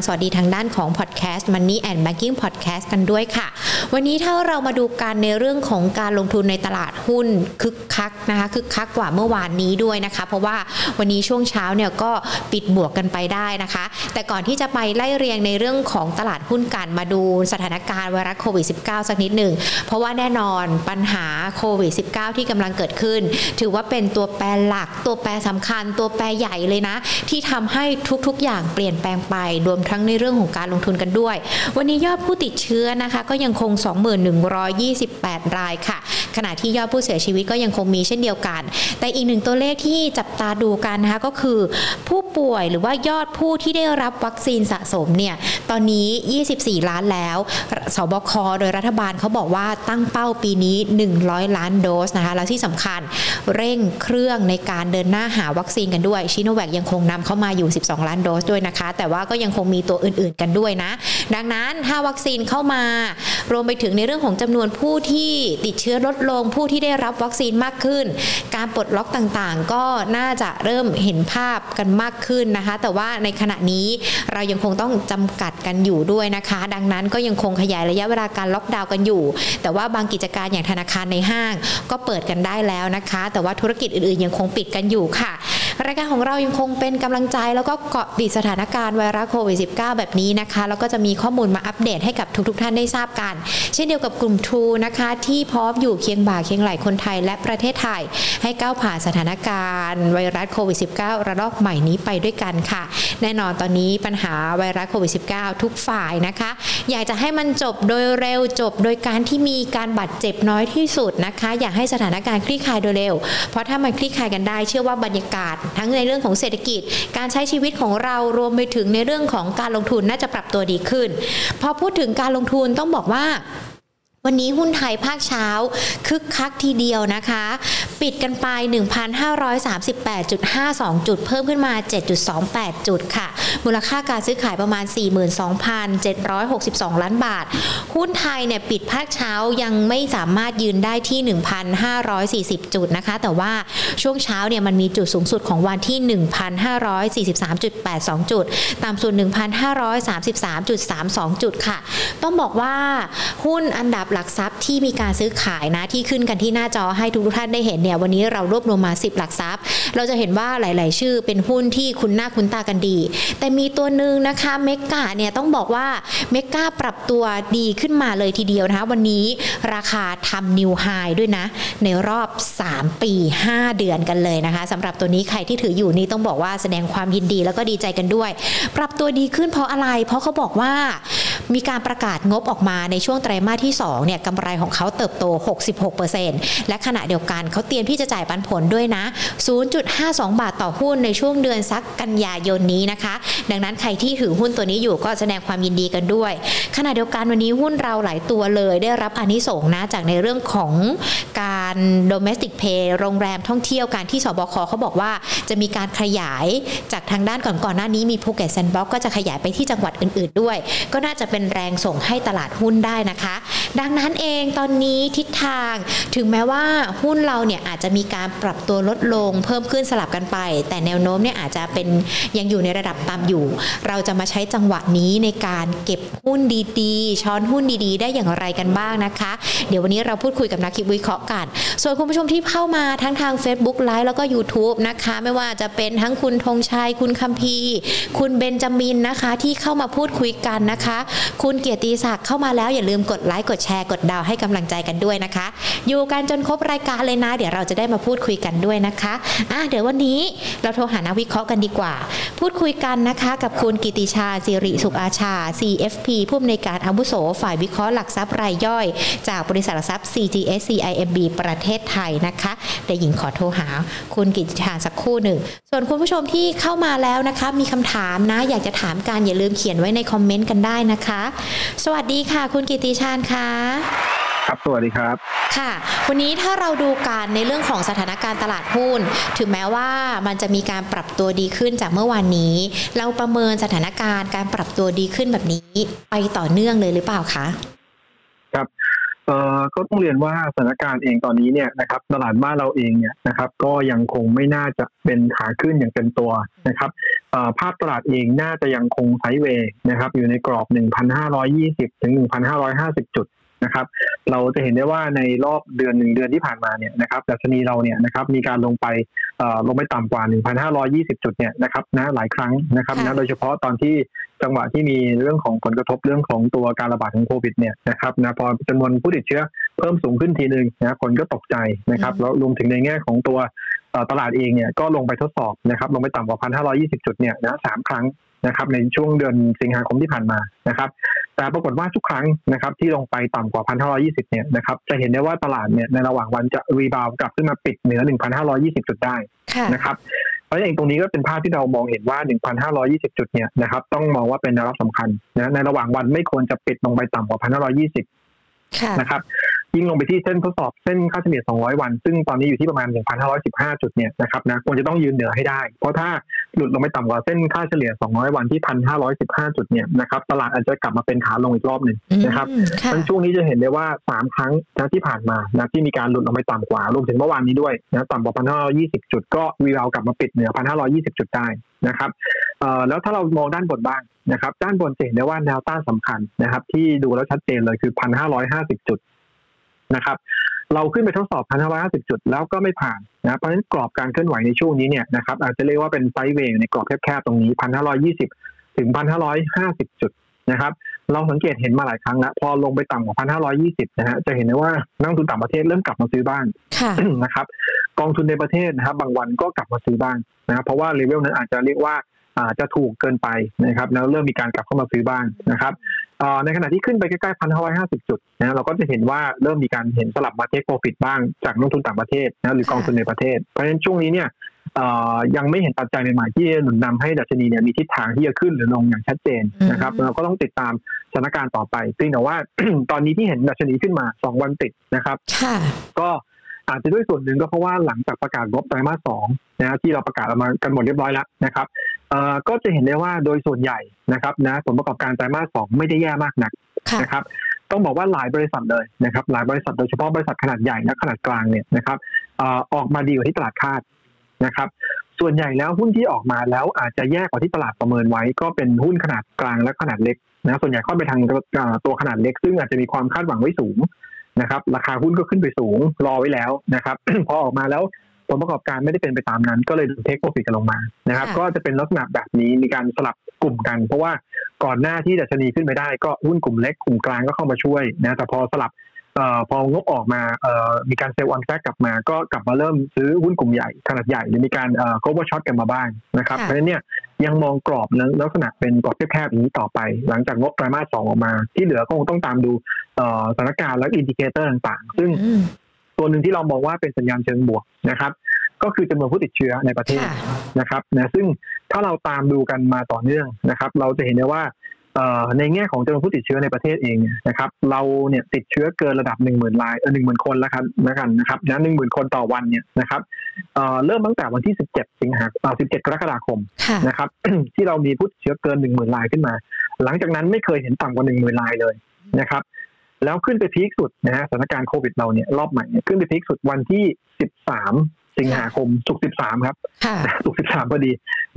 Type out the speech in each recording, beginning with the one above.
สวัสดีทางด้านของ Podcast Money and Banking Podcast กันด้วยค่ะวันนี้ถ้าเรามาดูกันในเรื่องของการลงทุนในตลาดหุ้นคึกคักนะคะคึกคักกว่าเมื่อวานนี้ด้วยนะคะเพราะว่าวันนี้ช่วงเช้าเนี่ยก็ปิดบวกกันไปได้นะคะแต่ก่อนที่จะไปไล่เรียงในเรื่องของตลาดหุ้นกันมาดูสถานการณ์ไวรัสโควิด -19 สักนิดหนึ่งเพราะว่าแน่นอนปัญหาโควิด -19 ที่กำลังเกิดขึ้นถือว่าเป็นตัวแปรหลักตัวแปรสำคัญตัวแปรใหญ่เลยนะที่ทำให้ทุกๆอย่างเปลี่ยนแปลงไปรวมทั้งในเรื่องของการลงทุนกันด้วยวันนี้ยอดผู้ติดเชื้อนะคะก็ยังคง 21,128 รายค่ะขณะที่ยอดผู้เสียชีวิตก็ยังคงมีเช่นเดียวกันแต่อีกหนึ่งตัวเลขที่จับตาดูกันนะคะก็คือผู้ป่วยหรือว่ายอดผู้ที่ได้รับวัคซีนสะสมเนี่ยตอนนี้24ล้านแล้วสบคโดยรัฐบาลเขาบอกว่าตั้งเป้าปีนี้100ล้านโดสนะคะแล้วที่สำคัญเร่งเครื่องในการเดินหน้าหาวัคซีนกันด้วยชิโนแวคยังคงนำเข้ามาอยู่12ล้านโดสด้วยนะคะแต่ว่าก็ยังคงมีตัวอื่นๆกันด้วยนะดังนั้นถ้าวัคซีนเข้ามารวมไปถึงในเรื่องของจำนวนผู้ที่ติดเชื้อลดลงผู้ที่ได้รับวัคซีนมากขึ้นการปลดล็อกต่างๆก็น่าจะเริ่มเห็นภาพกันมากขึ้นนะคะแต่ว่าในขณะนี้เรายังคงต้องจำกัดกันอยู่ด้วยนะคะดังนั้นก็ยังคงขยายระยะเวลาการล็อกดาวน์กันอยู่แต่ว่าบางกิจการอย่างธนาคารในห้างก็เปิดกันได้แล้วนะคะแต่ว่าธุรกิจอื่นๆยังคงปิดกันอยู่ค่ะรายการของเรายังคงเป็นกำลังใจแล้วก็เกาะติดสถานการณ์ไวรัสโควิด -19 แบบนี้นะคะแล้วก็จะมีข้อมูลมาอัปเดตให้กับทุกๆท่านได้ทราบกันเช่นเดียวกับกลุ่ม True นะคะที่พร้อมอยู่เคียงบ่าเคียงไหล่คนไทยและประเทศไทยให้ก้าวผ่านสถานการณ์ไวรัสโควิด -19 ระลอกใหม่นี้ไปด้วยกันค่ะแน่นอนตอนนี้ปัญหาไวรัสโควิด -19 ทุกฝ่ายนะคะอยากจะให้มันจบโดยเร็วจบโดยการที่มีการบาดเจ็บน้อยที่สุดนะคะอยากให้สถานการณ์คลี่คลายโดยเร็วเพราะถ้ามันคลี่คลายกันได้เชื่อว่าบรรยากาศทั้งในเรื่องของเศรษฐกิจการใช้ชีวิตของเรารวมไปถึงในเรื่องของการลงทุนน่าจะปรับตัวดีขึ้นพอพูดถึงการลงทุนต้องบอกว่าวันนี้หุ้นไทยภาคเช้าคึกคักทีเดียวนะคะปิดกันไป 1,538.52 จุดเพิ่มขึ้นมา 7.28 จุดค่ะมูลค่าการซื้อขายประมาณ 42,762 ล้านบาทหุ้นไทยเนี่ยปิดภาคเช้ายังไม่สามารถยืนได้ที่ 1,540 จุดนะคะแต่ว่าช่วงเช้าเนี่ยมันมีจุดสูงสุดของวันที่ 1,543.82 จุดต่ำสุด 1,533.32 จุดค่ะต้องบอกว่าหุ้นอันดับหลักทรัพย์ที่มีการซื้อขายนะที่ขึ้นกันที่หน้าจอให้ทุกท่านได้เห็นเนี่ยวันนี้เรารวบรวมมา10หลักทรัพย์เราจะเห็นว่าหลายๆชื่อเป็นหุ้นที่คุ้นหน้าคุ้นตากันดีแต่มีตัวหนึ่งนะคะเมกะเนี่ยต้องบอกว่าเมกะปรับตัวดีขึ้นมาเลยทีเดียวนะคะวันนี้ราคาทำนิวไฮด้วยนะในรอบ3ปี5เดือนกันเลยนะคะสำหรับตัวนี้ใครที่ถืออยู่นี่ต้องบอกว่าแสดงความยินดีแล้วก็ดีใจกันด้วยปรับตัวดีขึ้นเพราะอะไรเพราะเขาบอกว่ามีการประกาศงบออกมาในช่วงไตรมาสที่2เนี่ยกำไรของเขาเติบโต 66% และขณะเดียวกันเขาเตรียมที่จะจ่ายปันผลด้วยนะ 0.52 บาทต่อหุ้นในช่วงเดือนกันยายนนี้นะคะดังนั้นใครที่ถือหุ้นตัวนี้อยู่ก็แสดงความยินดีกันด้วยขณะเดียวกันวันนี้หุ้นเราหลายตัวเลยได้รับอานิสงส์นะจากในเรื่องของการ domestic pay โรงแรมท่องเที่ยวการที่สบคเขาบอกว่าจะมีการขยายจากทางด้านก่อนหน้านี้มีภูเก็ตแซนด์บ็อกซ์ก็จะขยายไปที่จังหวัดอื่นๆด้วยก็น่าจะเป็นแรงส่งให้ตลาดหุ้นได้นะคะดังนั้นเองตอนนี้ทิศทางถึงแม้ว่าหุ้นเราเนี่ยอาจจะมีการปรับตัวลดลงเพิ่มขึ้นสลับกันไปแต่แนวโน้มเนี่ยอาจจะเป็นยังอยู่ในระดับต่ำอยู่เราจะมาใช้จังหวะนี้ในการเก็บหุ้นดีๆช้อนหุ้นดีๆได้อย่างไรกันบ้างนะคะเดี๋ยววันนี้เราพูดคุยกับนักวิเคราะห์กันส่วนคุณผู้ชมที่เข้ามาทั้งทาง Facebook Live แล้วก็ YouTube นะคะไม่ว่าจะเป็นทั้งคุณธงชัยคุณคัมภีร์คุณเบนจามินนะคะที่เข้ามาพูดคุยกันนะคะคุณเกียรติศักดิ์เข้ามาแล้วอย่าลืมกดไลค์กดแชร์กดดาวให้กำลังใจกันด้วยนะคะอยู่กันจนครบรายการเลยนะเดี๋ยวเราจะได้มาพูดคุยกันด้วยนะคะเดี๋ยววันนี้เราโทรหานักวิเคราะห์กันดีกว่าพูดคุยกันนะคะกับคุณกิติชาสิริสุขอาชา CFP ผู้อำนวยการอาวุโสฝ่ายวิเคราะห์หลักทรัพย์รายย่อยจากบริษัทหลักทรัพย์ CGS CIMB ประเทศไทยนะคะเดี๋ยวหญิงขอโทรหาคุณกิติชาสักครู่หนึ่งส่วนคุณผู้ชมที่เข้ามาแล้วนะคะมีคำถามนะอยากจะถามกันอย่าลืมเขียนไว้ในคอมเมนต์กันได้นะคะสวัสดีค่ะคุณกิติชาค่ะครับสวัสดีครับค่ะวันนี้ถ้าเราดูการในเรื่องของสถานการณ์ตลาดหุ้นถึงแม้ว่ามันจะมีการปรับตัวดีขึ้นจากเมื่อวานนี้เราประเมินสถานการณ์การปรับตัวดีขึ้นแบบนี้ไปต่อเนื่องเลยหรือเปล่าคะครับก็ต้องเรียนว่าสถานการณ์เองตอนนี้เนี่ยนะครับตลาดบ้านเราเองเนี่ยนะครับก็ยังคงไม่น่าจะเป็นขาขึ้นอย่างเต็มตัวนะครับภาพตลาดเองน่าจะยังคงไซด์เวย์นะครับอยู่ในกรอบ 1,520 ถึง 1,550 จุดนะครับเราจะเห็นได้ว่าในรอบเดือน1เดือนที่ผ่านมาเนี่ยนะครับดัชนีเราเนี่ยนะครับมีการลงไปต่ำกว่า 1,520 จุดเนี่ยนะครับนะหลายครั้งนะครับนะโดยเฉพาะตอนที่จังหวะที่มีเรื่องของผลกระทบเรื่องของตัวการระบาดของโควิดเนี่ยนะครับนะพอจำนวนผู้ติดเชื้อเพิ่มสูงขึ้นทีนึงนะคนก็ตกใจนะครับแล้วรวมถึงในแง่ของตัวตลาดเองเนี่ยก็ลงไปทดสอบนะครับลงไปต่ำกว่า 1,520 จุดเนี่ยนะ3ครั้งนะครับในช่วงเดือนสิงหาคมที่ผ่านมานะครับแต่ปรากฏว่าทุกครั้งนะครับที่ลงไปต่ำกว่า 1,520 เนี่ยนะครับจะเห็นได้ว่าตลาดเนี่ยในระหว่างวันจะรีบาวด์กลับขึ้นมาปิดเหนือ 1,520 จุดได้นะครับเพราะฉะนั้นตรงนี้ก็เป็นภาพที่เรามองเห็นว่า 1,520 จุดเนี่ยนะครับต้องมองว่าเป็นแนวรับสำคัญนะในระหว่างวันไม่ควรจะปิดลงไปต่ำกว่า 1,520 นะครับยิ่งลงไปที่เส้นทดสอบเส้นค่าเฉลี่ย200วันซึ่งตอนนี้อยู่ที่ประมาณ 1,515 จุดเนี่ยนะครับนะควรจะต้องยืนเหนือให้ได้เพราะถ้าหลุดลงไปต่ำกว่าเส้นค่าเฉลี่ย200วันที่ 1,515 จุดเนี่ยนะครับตลาดอาจจะกลับมาเป็นขาลงอีกรอบนึงนะครับในช่วงนี้จะเห็นได้ว่า3ครั้งนะที่ผ่านมานะที่มีการหลุดลงไปต่ำกว่ารวมถึงเมื่อวานนี้ด้วยนะต่ำกว่า 1,520 จุดก็รีบาวด์กลับมาปิดเหนือ 1,520 จุดได้นะครับแล้วถ้าเรามองด้านบนบ้างนะครับด้านบนจะเห็นได้ว่าแนวต้านสำคัญนะครับที่ดูแล้วชัดเจนเลยคือ 1,550 จุดนะครับเราขึ้นไปทดสอบ 1,550 จุดแล้วก็ไม่ผ่านนะเพราะฉะนั้นกรอบการเคลื่อนไหวในช่วงนี้เนี่ยนะครับอาจจะเรียกว่าเป็นไซด์เวย์ในกรอบแคบๆตรงนี้ 1,520 ถึง 1,550 จุดนะครับเราสังเกตเห็นมาหลายครั้งแล้วพอลงไปต่ำกว่า 1,520 นะฮะจะเห็นได้ว่านักลงทุนต่างประเทศเริ่มกลับมาซื้อบ้างนะครับกองทุนในประเทศนะครับบางวันก็กลับมาซื้อบ้างนะเพราะว่าเลเวลนั้นอาจจะเรียกว่าจะถูกเกินไปนะครับแล้วเริ่มมีการกลับเข้ามาซื้อบ้างนะครับในขณะที่ขึ้นไปใกล้ๆ 1,550 จุดนะเราก็จะเห็นว่าเริ่มมีการเห็นสลับมาเทคโปรฟิตบ้างจากนักลงทุนต่างประเทศนะหรือกองทุนในประเทศเพราะฉะนั้นช่วงนี้เนี่ยยังไม่เห็นปัจจัยใหม่ๆที่หนุนนำให้ดัชนีเนี่ยมีทิศทางที่จะขึ้นหรือลงอย่างชัดเจนนะครับเราก็ต้องติดตามสถานการณ์ต่อไปเพียงแต่ว่า ตอนนี้ที่เห็นดัชนีขึ้นมา2วันติดนะครับก็อาจจะด้วยส่วนหนึ่งก็เพราะว่าหลังจากประกาศงบไตรมาส2นะที่เราประกาศออกมากันหมดเรียบร้อยแล้วนะครับก็จะเห็นได้ว่าโดยส่วนใหญ่นะครับนะผลประกอบการไตรมาส2ไม่ได้แย่มากนักนะครับต้องบอกว่าหลายบริษัทเลยนะครับหลายบริษัทโดยเฉพาะบริษัทขนาดใหญ่และขนาดกลางเนี่ยนะครับออกมาดีกว่าที่ตลาดคาดนะครับส่วนใหญ่แล้วหุ้นที่ออกมาแล้วอาจจะแย่กว่าที่ตลาดประเมินไว้ก็เป็นหุ้นขนาดกลางและขนาดเล็กนะส่วนใหญ่ค่อนไปทางตัวขนาดเล็กซึ่งอาจจะมีความคาดหวังไว้สูงนะครับราคาหุ้นก็ขึ้นไปสูงรอไว้แล้วนะครับ พอออกมาแล้วผลประกอบการไม่ได้เป็นไปตามนั้นก็เลยเทคโปรฟิตกันลงมานะครับก็จะเป็นลักษณะแบบนี้มีการสลับกลุ่มกันเพราะว่าก่อนหน้าที่ดัชนีขึ้นไปได้ก็หุ้นกลุ่มเล็กกลุ่มกลางก็เข้ามาช่วยนะแต่พอสลับพองบออกมามีการเซลล์ออนแฟกกลับมาก็กลับมาเริ่มซื้อหุ้นกลุ่มใหญ่ขนาดใหญ่หรือมีการโคเวอร์ช็อตกันมาบ้างนะครับเพราะฉะนั้นเนี่ยยังมองกรอบลักษณะเป็นกรอบแคบๆอย่างนี้ต่อไปหลังจากงบไตรมาส2ออกมาที่เหลือก็คงต้องตามดูสถานการณ์และอินดิเคเตอร์ต่างๆซึ่งตัวหนึ่งที่เรามองว่าเป็นสัญญาณเชิงบวกนะครับก็คือจำนวนผู้ติดเชื้อในประเทศนะครับนะซึ่งถ้าเราตามดูกันมาต่อเนื่องนะครับเราจะเห็นได้ว่าในแง่ของจำนวนผู้ติดเชื้อในประเทศเองนะครับเราเนี่ยติดเชื้อเกินระดับ 10,000 ราย 10,000 คนแล้วกันนะครับนะ 10,000 คนต่อวันเนี่ยนะครับเริ่มตั้งแต่วันที่17 กรกฎาคมนะครับ ที่เรามีผู้ติดเชื้อเกิน 10,000 รายขึ้นมาหลังจากนั้นไม่เคยเห็นต่ำกว่า 10,000 รายเลยนะครับแล้วขึ้นไปพีคสุดนะฮะสถานการณ์โควิดเราเนี่ยรอบใหม่ขึ้นไปพีคสุดวันที่13 สิงหาคมศุกร์13ครับศุกร์13พอดีนะ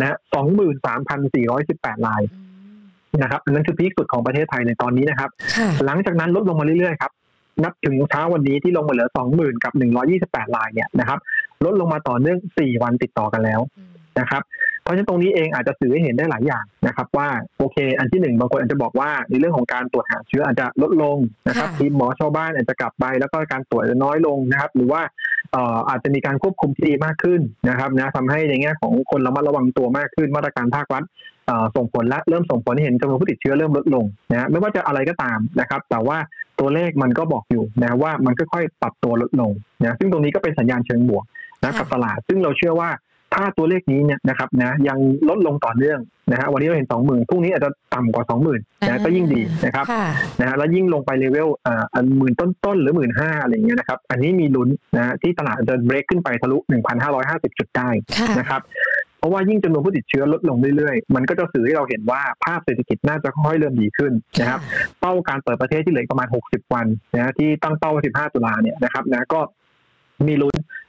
23,418 รายนะครับอันนั้นคือพีคสุดของประเทศไทยในตอนนี้นะครับหลังจากนั้นลดลงมาเรื่อยๆครับนับถึงเช้าวันนี้ที่ลงมาเหลือ 20,000 กับ 128 รายเนี่ยนะครับลดลงมาต่อเนื่อง4วันติดต่อกันแล้วนะครับเพราะฉะนั้นตรงนี้เองอาจจะสื่อให้เห็นได้หลายอย่างนะครับว่าโอเคอันที่1บางคนอาจจะบอกว่าในเรื่องของการตรวจหาเชื้ออาจจะลดลงนะครับทีมหมอชาวบ้านอาจจะกลับไปแล้วก็การตรวจจะน้อยลงนะครับหรือว่าอาจจะมีการควบคุมที่ดีมากขึ้นนะครับนะทำให้ในแง่ของคนระมัดระวังตัวมากขึ้นมาตรการภาครัฐส่งผลและเริ่มส่งผลให้เห็นจำนวนผู้ติดเชื้อเริ่มลดลงนะไม่ว่าจะอะไรก็ตามนะครับแต่ว่าตัวเลขมันก็บอกอยู่นะว่ามันค่อยๆปรับตัวลดลงนะซึ่งตรงนี้ก็เป็นสัญญาณเชิงบวกนะกับตลาดซึ่งเราเชื่อว่าถ้าตัวเลขนี้เนี่ยนะครับนะยังลดลงต่อเนื่องนะฮะวันนี้เราเห็น 20,000 พรุ่งนี้อาจจะต่ำกว่า 20,000 นะก็ยิ่งดีนะครับนะฮะแล้วยิ่งลงไปเลเวล10,000 ต้นๆหรือ 15,000 อะไรอย่างเงี้ยนะครับอันนี้มีลุ้นนะที่ตลาดจะเบรกขึ้นไปทะลุ 1,550 จุดได้นะครับเพราะว่ายิ่งจำนวนผู้ติดเชื้อลดลงเรื่อยๆมันก็จะสื่อให้เราเห็นว่าภาพเศรษฐกิจน่าจะค่อยๆเริ่มดีขึ้นนะครับเป้าการเปิดประเทศที่เหลือประมาณ60 วันนะที่ตั้งเป้า15 ตุลาเนี่ยนะครับนะก็มีลุ้น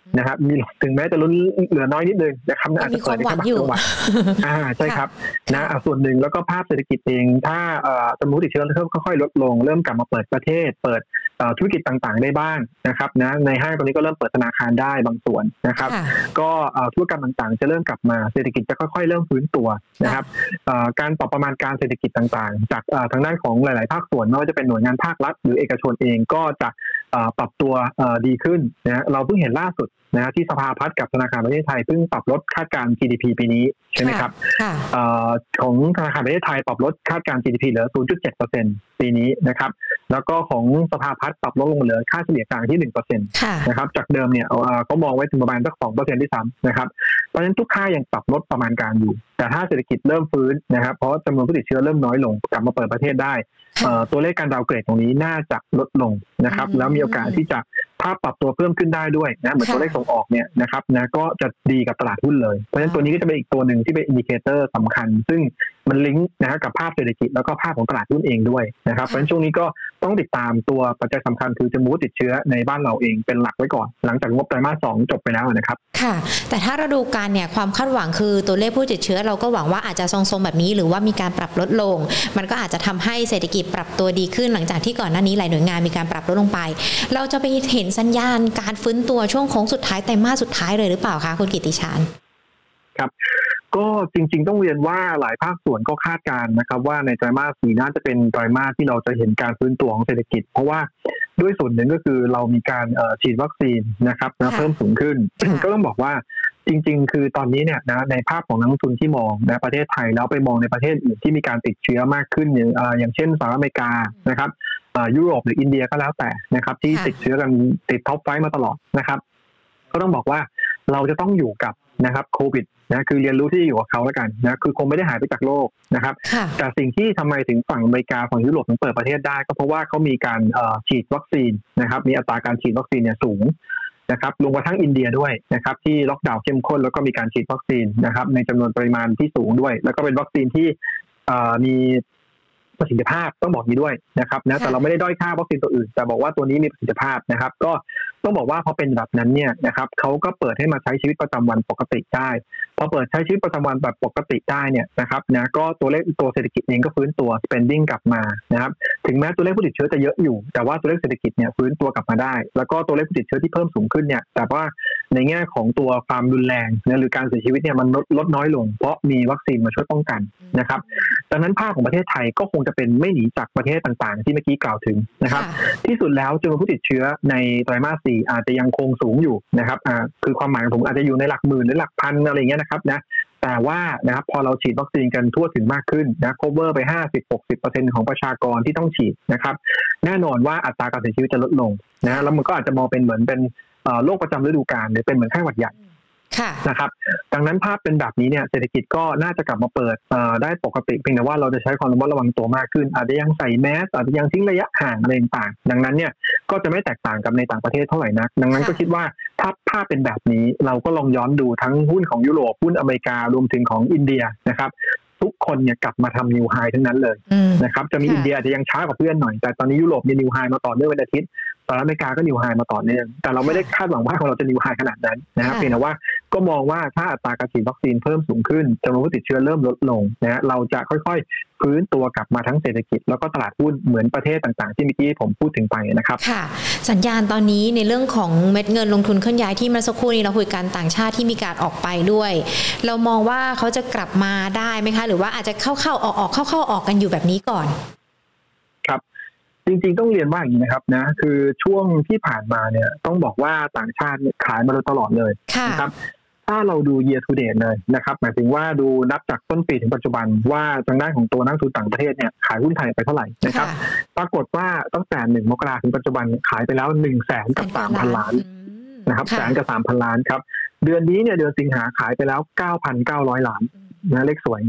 นะครับมีถึงแม้จะลุ้นเหลือน้อยนิดนึงนะครับอาจจะเปิดในแค่บางจังหวัดใช่ครับนะส่วนหนึ่งแล้วก็ภาพเศรษฐกิจเองถ้าจำนวนผู้ติดเชื้อเริ่มค่อยๆลดลงเริ่มกลับมาเปิดประเทศเปิดธุรกิจต่างๆได้บ้างนะครับนะในห้างตอนนี้ก็เริ่มเปิดธนาคารได้บางส่วนนะครับก็ธุรกรรมต่างๆจะเริ่มกลับมาเศรษฐกิจจะค่อยๆเริ่มฟื้นตัวนะครับการปรับประมาณการเศรษฐกิจต่างๆจากทางด้านของหลายๆภาคส่วนไม่ว่าจะเป็นหน่วยงานภาครัฐหรือเอกชนเองก็จะปรับตัวดีขึ้นนะเราเพิ่งเห็นล่าสุดนะที่สภาพัฒน์กับธนาคารประเทศไทยเพิ่งปรับลดคาดการณ์ GDP ปีนี้ใช่ไหมครับของธนาคารประเทศไทยปรับลดคาดการณ์ GDP เหลือ 0.7% ปีนี้นะครับแล้วก็ของสภาพัฒน์ปรับลดลงเหลือค่าเฉลี่ยกลางที่ 1% นะครับจากเดิมเนี่ยเขามองไว้ถึงประมาณสัก 2% ที่3นะครับเพราะฉะนั้นทุกค่ายังปรับลดประมาณการอยู่แต่ถ้าเศรษฐกิจเริ่มฟื้นนะครับเพราะจำนวนผู้ติดเชื้อเริ่มน้อยลงกลับมาเปิดประเทศได้ตัวเลขการดาวเกรดตรงนี้น่าจะลดลงนะครับแล้วมีโอกาสที่จะภาพปรับตัวเพิ่มขึ้นได้ด้วยนะเหมือนตัวเลขส่งออกเนี่ยนะครับนะก็จะดีกับตลาดหุ้นเลยเพราะฉะนั้นตัวนี้ก็จะเป็นอีกตัวหนึ่งที่เป็นอินดิเคเตอร์สำคัญซึ่งมันลิงก์นะกับภาพเศรษฐกิจแล้วก็ภาพของตลาดหุ้นเองด้วยนะครับเพราะฉะนั้นช่วงนี้ก็ต้องติดตามตัวปัจจัยสำคัญคือจำนวนผู้ติดเชื้อในบ้านเราเองเป็นหลักไว้ก่อนหลังจากงบไตรมาส 2จบไปแล้วนะครับค่ะแต่ถ้าเราดูการเนี่ยความคาดหวังคือตัวเลขผู้ติดเชื้อเราก็หวังว่าอาจจะทรงๆแบบนี้หรือว่ามีการปรับลดลงมันก็อาจจะทำให้เศรษฐกิจปรับตัวดีขึ้นหลังจากที่ก่อนหน้านี้หลายหน่วยงานมีการปรับลดลงไปเราจะไปเห็นสัญญาณการฟื้นตัวช่วงโค้งสุดท้ายไตรมาสสุดท้ายเลยหรือเปล่าคะคุณกิตติชาญครับก็จริงๆต้องเรียนว่าหลายภาคส่วนก็คาดการณ์นะครับว่าในไตรมาส 4น่าจะเป็นไตรมาสที่เราจะเห็นการฟื้นตัวของเศรษฐกิจเพราะว่าด้วยส่วนหนึ่งก็คือเรามีการฉีดวัคซีนนะครับนะเพิ่มสูงขึ้นก็ต้องบอกว่าจริงๆคือตอนนี้เนี่ยนะในภาพของนักลงทุนที่มองนะประเทศไทยแล้วไปมองในประเทศอื่นที่มีการติดเชื้อมากขึ้นอย่างเช่นสหรัฐอเมริกานะครับยุโรปหรืออินเดียก็แล้วแต่นะครับที่ติดเชื้อกันติดท็อป5มาตลอดนะครับก็ต้องบอกว่าเราจะต้องอยู่กับนะครับโควิดนะคือเรียนรู้ที่อยู่กับเขาแล้วกันนะคือคงไม่ได้หายไปจากโลกนะครับแต่สิ่งที่ทำไมถึงฝั่งอเมริกาฝั่งยุโรปถึงเปิดประเทศได้ก็เพราะว่าเขามีการฉีดวัคซีนนะครับมีอัตราการฉีดวัคซีนเนี่ยสูงนะครับรวมกระทั่งอินเดียด้วยนะครับที่ล็อกดาวน์เข้มข้นแล้วก็มีการฉีดวัคซีนนะครับในจำนวนปริมาณที่สูงด้วยแล้วก็เป็นวัคซีนที่มีประสิทธิภาพต้องบอกนี้ด้วยนะครับนะแต่เราไม่ได้ด้อยค่าวัคซีนตัวอื่นแต่บอกว่าตัวนี้มีประสิทธิภาพนะครับก็ต้องบอกว่าพอเป็นแบบนั้นเนี่ยนะครับเขาก็เปิดให้มาใช้ชีวิตประจำวันปกติได้พอเปิดใช้ชีวิตประจำวันแบบปกติได้เนี่ยนะครับนะก็ตัวเลขตัวเศรษฐกิจเองก็ฟื้นตัว spending กลับมานะครับถึงแม้ตัวเลขผู้ติดเชื้อจะเยอะอยู่แต่ว่าตัวเลขเศรษฐกิจเนี่ยฟื้นตัวกลับมาได้แล้วก็ตัวเลขผู้ติดเชื้อที่เพิ่มสูงขึ้นเนี่ยแต่ว่าในแง่ของตัวความรุนแรงนะหรือการเสียชีวิตเนี่ยมันลดน้อยลงเพราะมีวัคซีนมาช่วยป้องกันนะครับดังนั้นภาพของประเทศไทยก็คงจะเป็นไม่หนีจากประเทศต่างๆที่เมื่อกี้กล่าวถึงนะครับที่สุดแล้วจำนวนผู้ติดเชื้อในไตรมาส 4อาจจะยังคงสูงอยู่นะครับคือความหมายของผมอาจจะอยู่ในหลักหมื่นหรือหลักพันอะไรเงี้ยนะครับนะแต่ว่านะครับพอเราฉีดวัคซีนกันทั่วถึงมากขึ้นนะ cover ไป 50-60% ของประชากรที่ต้องฉีดนะครับแน่นอนว่าอัตราการเสียชีวิตจะลดลงนะแล้วมันก็อาจจะมองเป็นเหมือนเป็นโรคประจำฤดูกาลหรือเป็นเหมือนไข้หวัดใหญ่นะครับดังนั้นภาพเป็นแบบนี้เนี่ยเศรษฐกิจก็น่าจะกลับมาเปิดได้ปกติเพียงแต่ว่าเราจะใช้ความระมัดระวังตัวมากขึ้นอาจจะยังใส่แมสอาจจะยังทิ้งระยะห่างอะไรต่างๆดังนั้นเนี่ยก็จะไม่แตกต่างกับในต่างประเทศเท่าไหร่นักดังนั้นก็คิดว่าถ้าภาพเป็นแบบนี้เราก็ลองย้อนดูทั้งหุ้นของยุโรปหุ้นอเมริการวมถึงของอินเดียนะครับทุกคนเนี่ยกลับมาทำนิวไฮทั้งนั้นเลยนะครับจะมีอินเดียอาจจะยังช้ากว่าเพื่อนหน่อยแต่ตอนนี้ยุโรปมีนิวไฮมาต่อเนื่องวันอาทิตย์สหรัฐอเมริกาก็นิวไฮมาต่อเนื่องแต่เราไม่ได้คาดหวังว่าของเราจะนิวไฮขนาดนั้นนะครับเพียงแต่ว่าก็มองว่าถ้าอัตราการฉีดวัคซีนเพิ่มสูงขึ้นจำนวนผู้ติดเชื้อเริ่มลดลงนะเราจะค่อยๆฟื้นตัวกลับมาทั้งเศรษฐกิจแล้วก็ตลาดหุ้นเหมือนประเทศต่างๆที่เมื่อกี้ผมพูดถึงไปนะครับค่ะสัญญาณตอนนี้ในเรื่องของเม็ดเงินลงทุนเคลื่อนย้ายที่เมื่อสักครู่นี้เราคุยกันต่างชาติที่มีการออกไปด้วยเรามองว่าเขาจะกลับมาได้ไหมคะหรือว่าอาจจะเข้าๆออกๆเข้าๆออกกันอยู่แบบนี้ก่อนครับจริงๆต้องเรียนว่าอย่างนี้นะครับนะคือช่วงที่ผ่านมาเนี่ยต้องบอกว่าต่างชาติขายมาโดยตลอดเลยนะครับถ้าเราดู year to date เลยนะครับหมายถึงว่าดูนับจากต้นปีถึงปัจจุบันว่าทางด้านของตัวนักลงทุนต่างประเทศเนี่ยขายหุ้นไทยไปเท่าไหร่นะครับปรากฏว่าตั้งแต่1 มกราคมถึงปัจจุบันขายไปแล้ว 100,000 ล้านนะครับ100,000 กับ 3,000 ล้านครับเดือนนี้เนี่ยเดือนสิงหาขายไปแล้ว 9,900 ล้านนะเลขสวย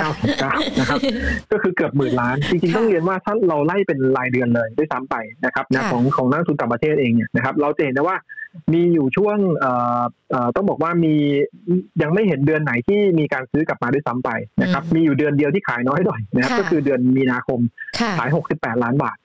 9909นะครับก็คือเกือบ10,000 ล้านจริงๆต้องเรียนว่าถ้าเราไล่เป็นรายเดือนเลยด้วยซ้ำไปนะครับนะของนักลงทุนต่างประเทศเองเนี่ยนะครับเราจะเห็นได้ว่ามีอยู่ช่วงต้องบอกว่ามียังไม่เห็นเดือนไหนที่มีการซื้อกลับมาด้วยซ้ำไปนะครับมีอยู่เดือนเดียวที่ขายน้อยหน่อยนะครับก็คือเดือนมีนาคมขาย68 ล้านบาท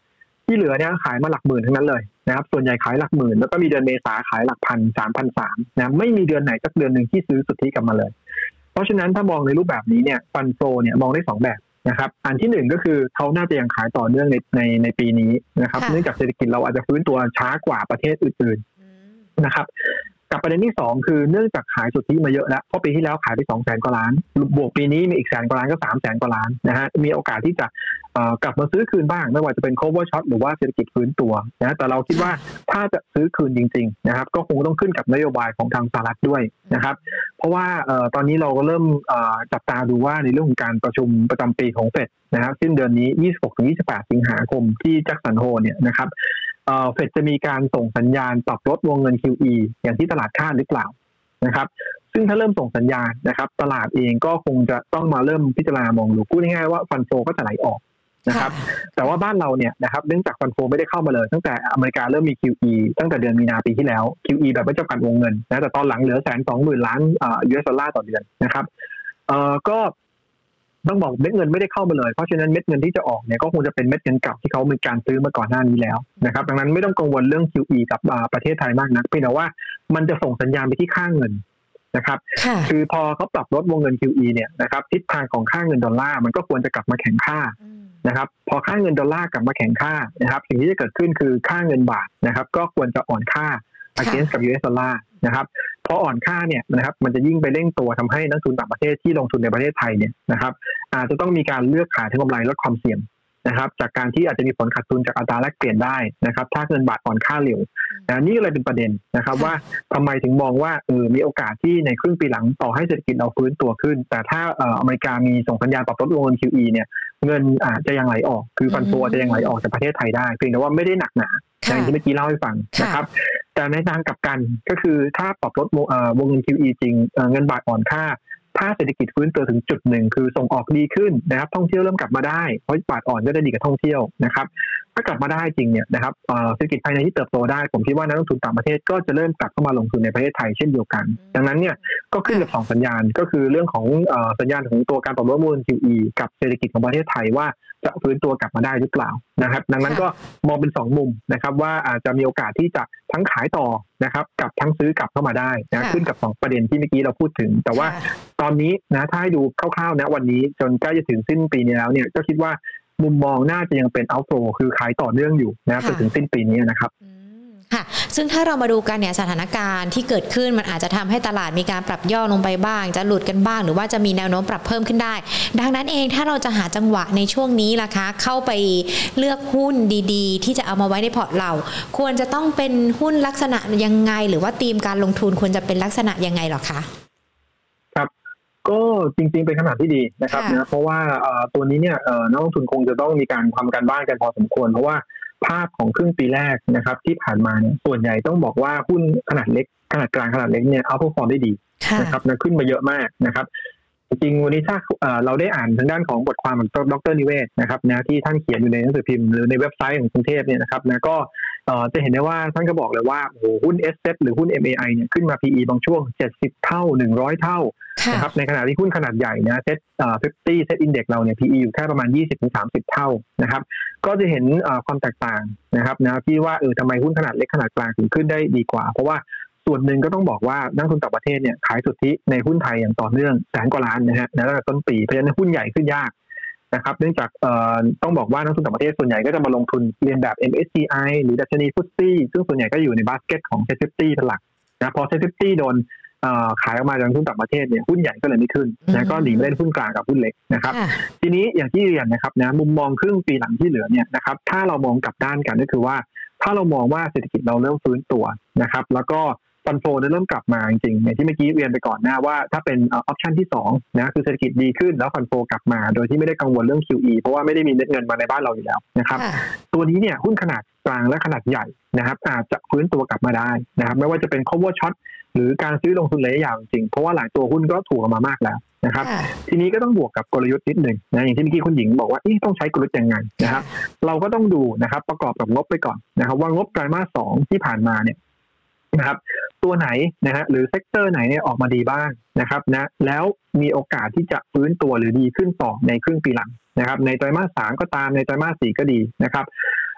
ที่เหลือเนี่ยขายมาหลักหมื่นทั้งนั้นเลยนะครับส่วนใหญ่ขายหลักหมื่นแล้วก็มีเดือนเมษาขายหลักพัน 3,300 นะไม่มีเดือนไหนสักเดือนนึงที่ซื้อสุทธิกลับมาเลยเพราะฉะนั้นถ้ามองในรูปแบบนี้เนี่ยฟันโฟเนี่ยมองได้2แบบนะครับอันที่1ก็คือเขาน่าจะยังขายต่อเนื่องในปีนี้นะครับเนื่องจากเศรษฐกิจเราอาจจะฟื้นตัวช้ากว่าประเทศอื่นๆนะครับกับประเด็นที่2คือเนื่องจากขายสุทธิมาเยอะแล้วเพราะปีที่แล้วขายไป 200,000 กว่าล้านบวกปีนี้มีอีก100,000 กว่าล้านก็ 300,000 กว่าล้านนะฮะมีโอกาสที่จะกลับมาซื้อคืนบ้างไม่ว่าจะเป็น cover short หรือว่าเศรษฐกิจฟื้นตัวนะแต่เราคิดว่าถ้าจะซื้อคืนจริงๆนะครับก็คงต้องขึ้นกับนโยบายของทางสหรัฐด้วยนะครับเพราะว่าตอนนี้เราก็เริ่มจับตาดูว่าในเรื่องของการประชุมประจำปีของเฟดนะครับสิ้นเดือนนี้ 26-28 สิงหาคมที่แจ็คสันโฮลเนี่ยนะครับเฟดจะมีการส่งสัญญาณปรับลดวงเงิน QE อย่างที่ตลาดคาดหรือเปล่านะครับซึ่งถ้าเริ่มส่งสัญญาณนะครับตลาดเองก็คงจะต้องมาเริ่มพิจารณามองดูพูดง่ายๆว่าฟันโฟก็จะไหลออกนะครับแต่ว่าบ้านเราเนี่ยนะครับเนื่องจากฟันโฟไม่ได้เข้ามาเลยตั้งแต่อเมริกาเริ่มมี QE ตั้งแต่เดือนมีนาปีที่แล้ว QE แบบไม่จำกัดวงเงินนะแต่ตอนหลังเหลือ 120,000 ล้านUS ดอลลาร์ต่อเดือนนะครับก็ต้องบอกเม็ดเงินไม่ได้เข้ามาเลยเพราะฉะนั้นเม็ดเงินที่จะออกเนี่ยก็คงจะเป็นเม็ดเงินเก่าที่เขามีการซื้อมาก่อนหน้านี้แล้วนะครับดังนั้นไม่ต้องกังวลเรื่อง QE กับประเทศไทยมากนักเพียงแต่ว่ามันจะส่งสัญญาณไปที่ค่าเงินนะครับคือพอเขาปรับลดวงเงิน QE เนี่ยนะครับทิศทางของค่าเงินดอลลาร์มันก็ควรจะกลับมาแข็งค่านะครับพอค่าเงินดอลลาร์กลับมาแข็งค่านะครับสิ่งที่จะเกิดขึ้นคือค่าเงินบาทนะครับก็ควรจะอ่อนค่า against กับ US ดอลลาร์นะครับพออ่อนค่าเนี่ยนะครับมันจะยิ่งไปเร่งตัวทำให้นักทุนต่างประเทศที่ลงทุนในประเทศไทยเนี่ยนะครับอาจจะต้องมีการเลือกขายทั้งกำไรลดความเสี่ยงนะครับจากการที่อาจจะมีผลขาดทุนจากอัตราแลกเปลี่ยนได้นะครับถ้าเงินบาทอ่อนค่าเร็วนี่ก็เลยเป็นประเด็นนะครับว่าทำไมถึงมองว่ามีโอกาสที่ในครึ่งปีหลังต่อให้เศรษฐกิจเราฟื้นตัวขึ้นแต่ถ้าอเมริกามีส่งสัญญาณปรับลดวงเงิน QE เนี่ยเงินอาจจะยังไหลออกคือฟันโฟจะยังไหลออกจากประเทศไทยได้เพียงแต่ว่าไม่ได้หนักหนาอย่างที่เมื่อกี้เล่าให้ฟังนะครับแต่ในทางกลับกันก็คือถ้าปรับลดวงเงิน QE จริงเงินบาทอ่อนค่าถ้าเศรษฐกิจฟื้นตัวถึงจุดหนึ่งคือส่งออกดีขึ้นนะครับท่องเที่ยวเริ่มกลับมาได้เพราะบาทอ่อนก็ได้ดีกับท่องเที่ยวนะครับถ้ากลับมาได้จริงเนี่ยนะครับเศรษฐกิจภายในที่เติบโตได้ผมคิดว่านักลงทุนต่างประเทศก็จะเริ่มกลับเข้ามาลงทุนในประเทศไทยเช่นเดียวกันดังนั้นเนี่ยก็ขึ้นกับ2สัญญาณก็คือเรื่องของสัญญาณของตัวการปรับลดวงเงิน QE กับเศรษฐกิจของประเทศไทยว่าจะฟื้นตัวกลับมาได้หรือเปล่านะครับดังนั้นก็มองเป็น2มุมนะครับว่าอาจจะมีโอกาสที่จะทั้งขายต่อนะครับกับทั้งซื้อกลับเข้ามาได้นะขึ้นกับ2ประเด็นที่เมื่อกี้เราพูดถึงแต่ว่าตอนนี้นะถ้าให้ดูคร่าวๆนะวันนี้จนใกล้จะถึงสิ้นปีนี้แล้วเนี่ยก็คิดว่ามุมมองน่าจะยังเป็น outflow คือขายต่อเนื่องอยู่นะจนถึงสิ้นปีนี้นะครับค่ะซึ่งถ้าเรามาดูกันเนี่ยสถานการณ์ที่เกิดขึ้นมันอาจจะทำให้ตลาดมีการปรับย่อลงไปบ้างจะหลุดกันบ้างหรือว่าจะมีแนวโน้มปรับเพิ่มขึ้นได้ดังนั้นเองถ้าเราจะหาจังหวะในช่วงนี้ล่ะคะเข้าไปเลือกหุ้นดีๆที่จะเอามาไว้ในพอร์ตเราควรจะต้องเป็นหุ้นลักษณะยังไงหรือว่าธีมการลงทุนควรจะเป็นลักษณะยังไงหรอคะครับก็จริงๆเป็นคำถามที่ดีนะครับนะเพราะว่าตัวนี้เนี่ยนักลงทุนคงจะต้องมีการทำการบ้านกันพอสมควรเพราะว่าภาพของครึ่งปีแรกนะครับที่ผ่านมาเนี่ยส่วนใหญ่ต้องบอกว่าหุ้นขนาดเล็กขนาดกลางขนาดเล็กเนี่ยเอาพอฟอร์มได้ดีนะครับนะขึ้นมาเยอะมากนะครับจริงๆวันนี้ถ้าเราได้อ่านทางด้านของบทความของดร.นิเวศนะครับนะที่ท่านเขียนอยู่ในหนังสือพิมพ์หรือในเว็บไซต์ของกรุงเทพเนี่ยนะครับนะก็จะเห็นได้ว่าท่านก็บอกเลยว่าโอ้โหหุ้น S-Set หรือหุ้น MAI เนี่ยขึ้นมา PE บางช่วง70เท่า100เท่านะครับในขณะที่หุ้นขนาดใหญ่นะSet 50 Set Index เราเนี่ย PE อยู่แค่ประมาณ 20-30 เท่านะครับก็จะเห็นความแตกต่างนะครับนะที่ว่าทำไมหุ้นขนาดเล็กขนาดกลางถึงขึ้นได้ดีกว่าเพราะว่าส่วนหนึ่งก็ต้องบอกว่านักลงทุนต่างประเทศเนี่ยขายสุทธิในหุ้นไทยอย่างต่อเนื่อง100,000 กว่าล้านนะฮะตั้งแต่ต้นปีเพราะฉะนั้นหุ้นใหญ่ขึ้นยากนะครับเนื่องจากต้องบอกว่านักลงทุนต่างประเทศส่วนใหญ่ก็จะมาลงทุนเรียนแบบ MSCI หรือดัชนีฟุตซี่ซึ่งส่วนใหญ่ก็อยู่ในบาสเกตของ Set50 เป็นหลักนะพอ Set50 โดนขายออกมาจากนักลงทุนต่างประเทศเนี่ยหุ้นใหญ่ก็เลยไม่ขึ้นนะก็หนีไปเล่นหุ้นกลางกับหุ้นเล็กนะครับทีนี้อย่างที่เรียนนะครับนะมุมมองครึ่งปีหลังที่เหลือเนี่ยนะครับถ้าเรามองกลับด้านกันก็คือว่าถ้าเรามองว่าเศรษฐกิจเราเริ่มฟื้นตัวนะครับแล้วก็ฟันโฟเริ่มกลับมาจริงๆอย่างที่เมื่อกี้เรียนไปก่อนหน้าว่าถ้าเป็นออปชันที่2นะคือเศรษฐกิจดีขึ้นแล้วฟันโฟกลับมาโดยที่ไม่ได้กังวลเรื่อง QE เพราะว่าไม่ได้มีเงินมาในบ้านเราอยู่แล้วนะครับตัวนี้เนี่ยหุ้นขนาดกลางและขนาดใหญ่นะครับอาจจะฟื้นตัวกลับมาได้นะครับไม่ว่าจะเป็น cover short หรือการซื้อลงทุนระยะยาวจริงเพราะว่าหลายตัวหุ้นก็ถูกออกมามากแล้วนะครับทีนี้ก็ต้องบวกกับกลยุทธ์นิดหนึ่งนะอย่างที่เมื่อกี้คุณหญิงบอกว่าต้องใช้กลยุทธ์ยังไงนะครับเราก็ต้องดูนะครับประกอบกับงบไปก่อนนะครับว่างบไตรมาส 2ที่ผ่านมาเนี่ยนะครับตัวไหนนะฮะหรือเซกเตอร์ไหนเนี่ยออกมาดีบ้างนะครับนะแล้วมีโอกาสที่จะฟื้นตัวหรือดีขึ้นต่อในครึ่งปีหลังนะครับในไตรมาส 3ก็ตามในไตรมาส 4ก็ดีนะครับ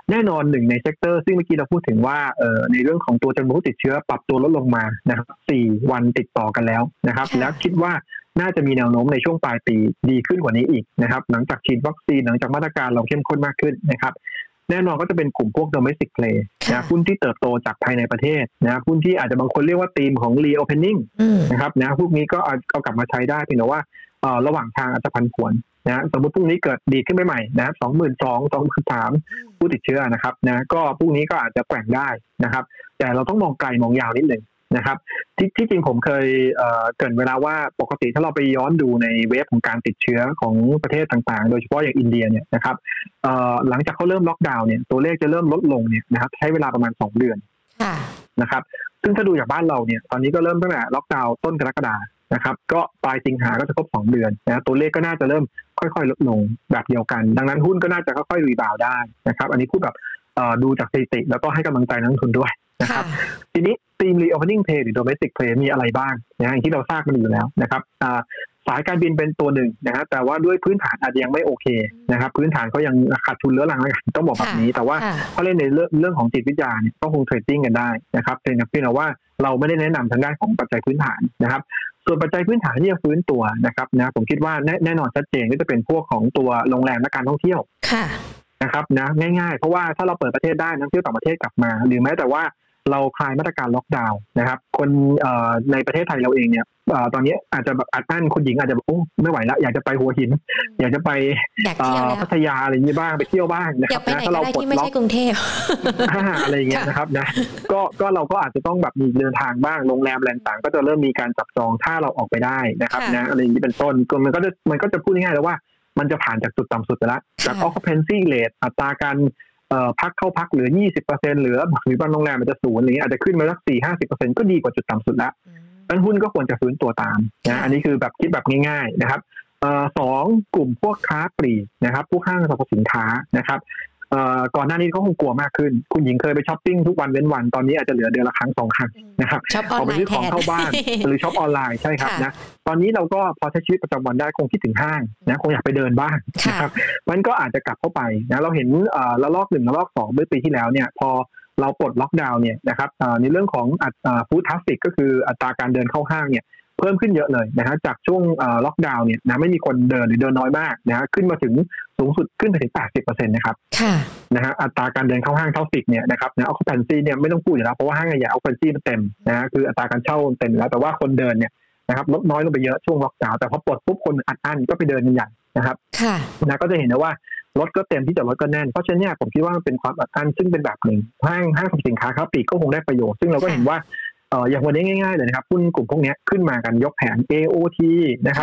แน่นอนหนึ่งในเซกเตอร์ซึ่งเมื่อกี้เราพูดถึงว่าในเรื่องของตัวจำนวนผู้ติดเชื้อปรับตัวลดลงมานะครับ4 วันติดต่อกันแล้วนะครับแล้วคิดว่าน่าจะมีแนวโน้มในช่วงปลายปีดีขึ้นกว่านี้อีกนะครับหลังจากฉีดวัคซีนหลังจากมาตรการเราเข้มข้นมากขึ้นนะครับแน่นอนก็จะเป็นกลุ่มพวก domestic play นะหุ้นที่เติบโตจากภายในประเทศนะหุ้นที่อาจจะบางคนเรียกว่าธีมของ reopening นะครับนะพวกนี้ก็เอากลับมาใช้ได้เพียงแต่ว่าระหว่างทางอาจจะผันผวนนะสมมติพรุ่งนี้เกิดดีขึ้นไปใหม่นะครับ 22,000 23,000 ผู้ติดเชื้อนะครับนะก็พรุ่งนี้ก็อาจจะแกว่งได้นะครับแต่เราต้องมองไกลมองยาวนิดนึงนะครับที่จริงผมเคยเกริ่นเวลาว่าปกติถ้าเราไปย้อนดูในเวฟของการติดเชื้อของประเทศต่างๆโดยเฉพาะอย่างอินเดียเนี่ยนะครับหลังจากเขาเริ่มล็อกดาวน์เนี่ยตัวเลขจะเริ่มลดลงเนี่ยนะครับใช้เวลาประมาณ2 เดือนนะครับซึ่งถ้าดูจากบ้านเราเนี่ยตอนนี้ก็เริ่มตั้งแต่ล็อกดาวน์ต้นกรกฎาคมนะครับก็ปลายสิงหาก็จะครบ2 เดือนนะตัวเลขก็น่าจะเริ่มค่อยๆลดลงแบบเดียวกันดังนั้นหุ้นก็น่าจะค่อยๆรีบาวด์ได้นะครับอันนี้พูดแบบดูจากสถิติแล้วก็ให้กำลังใจนักลงทุนด้วยนะครับทีนี้ธีม reopening play หรือ domestic play มีอะไรบ้างนะอย่างที่เราทราบกันอยู่แล้วนะครับสายการบินเป็นตัวหนึ่งนะฮะแต่ว่าด้วยพื้นฐานอาจจะยังไม่โอเคนะครับพื้นฐานก็ยังขาดทุนเรื้อรังต้องบอกแบบนี้แต่ว่าถ้าเล่นในเรื่องของจิตวิทยาเนี่ยก็คงเทรดดิ้งกันได้นะครับเพียงแต่ว่าเราไม่ได้แนะนำทางด้านของปัจจัยพื้นฐานนะครับส่วนปัจจัยพื้นฐานที่จะฟื้นตัวนะครับนะผมคิดว่าแน่นอนชัดเจนก็จะเป็นพวกของตัวโรงแรมและการท่องเที่ยวนะครับนะง่ายๆเพราะว่าถ้าเราเปิดประเทศได้นักท่องเที่ยวต่างประเทศกลับมาหรือแม้แต่ว่าเราคลายมาตรการล็อกดาวน์นะครับคนในประเทศไทยเราเองเนี่ยตอนนี้อาจจะแบบอัดอั้นคุณหญิงอาจจะแบบโอ้ไม่ไหวละอยากจะไปหัวหินอยากจะไปพัทยาอะไรอย่างนี้บ้างไปเที่ยวบ้างนะครับนะถ้าเราปลดล็อกกรุงเทพอะไรอย่างเงี้ยนะครับนะก็เราก็อาจจะต้องแบบมีเดินทางบ้างโรงแรมแรงต่างก็จะเริ่มมีการจับจองถ้าเราออกไปได้นะครับนะอะไรอย่างนี้เป็นต้นมันก็จะพูดง่ายๆแล้วว่ามันจะผ่านจากจุดต่ำสุดไปแล้วจาก occupancy rate อัตราการพักเข้าพักเหลือ 20% หรือบางโรงแรมมันจะ0อะไรเงี้ยอาจจะขึ้นมาสัก 4-50% ก็ดีกว่าจุดต่ำสุดแล้วดังนั้นหุ้นก็ควรจะฟื้นตัวตามนะอันนี้คือแบบคิดแบบง่ายๆนะครับ2กลุ่มพวกค้าปลีกนะครับพวกห้างสรรพสินค้านะครับก่อนหน้านี้เขาคงกลัวมากขึ้นคุณหญิงเคยไปช้อปปิ้งทุกวันเว้นวันตอนนี้อาจจะเหลือเดือนละครั้ง2 ครั้งนะครับเอาไปซื้อของเข้าบ้านหรือช็อปออนไลน์ใช่ครับนะตอนนี้เราก็พอใช้ชีวิตประจำวันได้คงคิดถึงห้างนะคงอยากไปเดินบ้างนะครับมันก็อาจจะกลับเข้าไปนะเราเห็นระลอก1ระลอก2เมื่อปีที่แล้วเนี่ยพอเราปลดล็อกดาวน์เนี่ยนะครับในเรื่องของฟู้ดทราฟฟิกก็คืออัตราการเดินเข้าห้างเนี่ยเพิ่มขึ้นเยอะเลยนะฮะจากช่วงล็อกดาวน์เนี่ยนะไม่มีคนเดินหรือเดินน้อยมากนะฮะขึ้นมาถึงสูงสุดขึ้นไปถึง 80% นะครับนะฮะอัตราการเดินเข้าห้างเท่า10เนี่ยนะครับนะ occupancy เนี่ยไม่ต้องพูดอยู่แล้วเพราะว่าห้างใหญ่ occupancy มันเต็มนะฮะคืออัตราการเช่าเต็มแล้วแต่ว่าคนเดินเนี่ยนะครับลดน้อยลงไปเยอะช่วงล็อกดาวน์แต่พอปลดปุ๊บคนอัดอั้นก็ไปเดินกันใหญ่นะครับนะก็จะเห็นได้ว่ารถก็เต็มที่จอดรถก็แน่นเพราะฉะนั้นเนี่ยผมคิดว่ามันเป็นความอัดอั้นซึ่งเป็นแบบหนึ่งห้างสรรพสินค้าค้าปลีกก็คงได้ประโยชน์ซึ่งเราก็เห็นว่าอย่างวันนี้ง่ายๆเลยนะครับหุ้นกลุ่มพวกนี้ขึ้นมากันยกแผง AOT นะครับ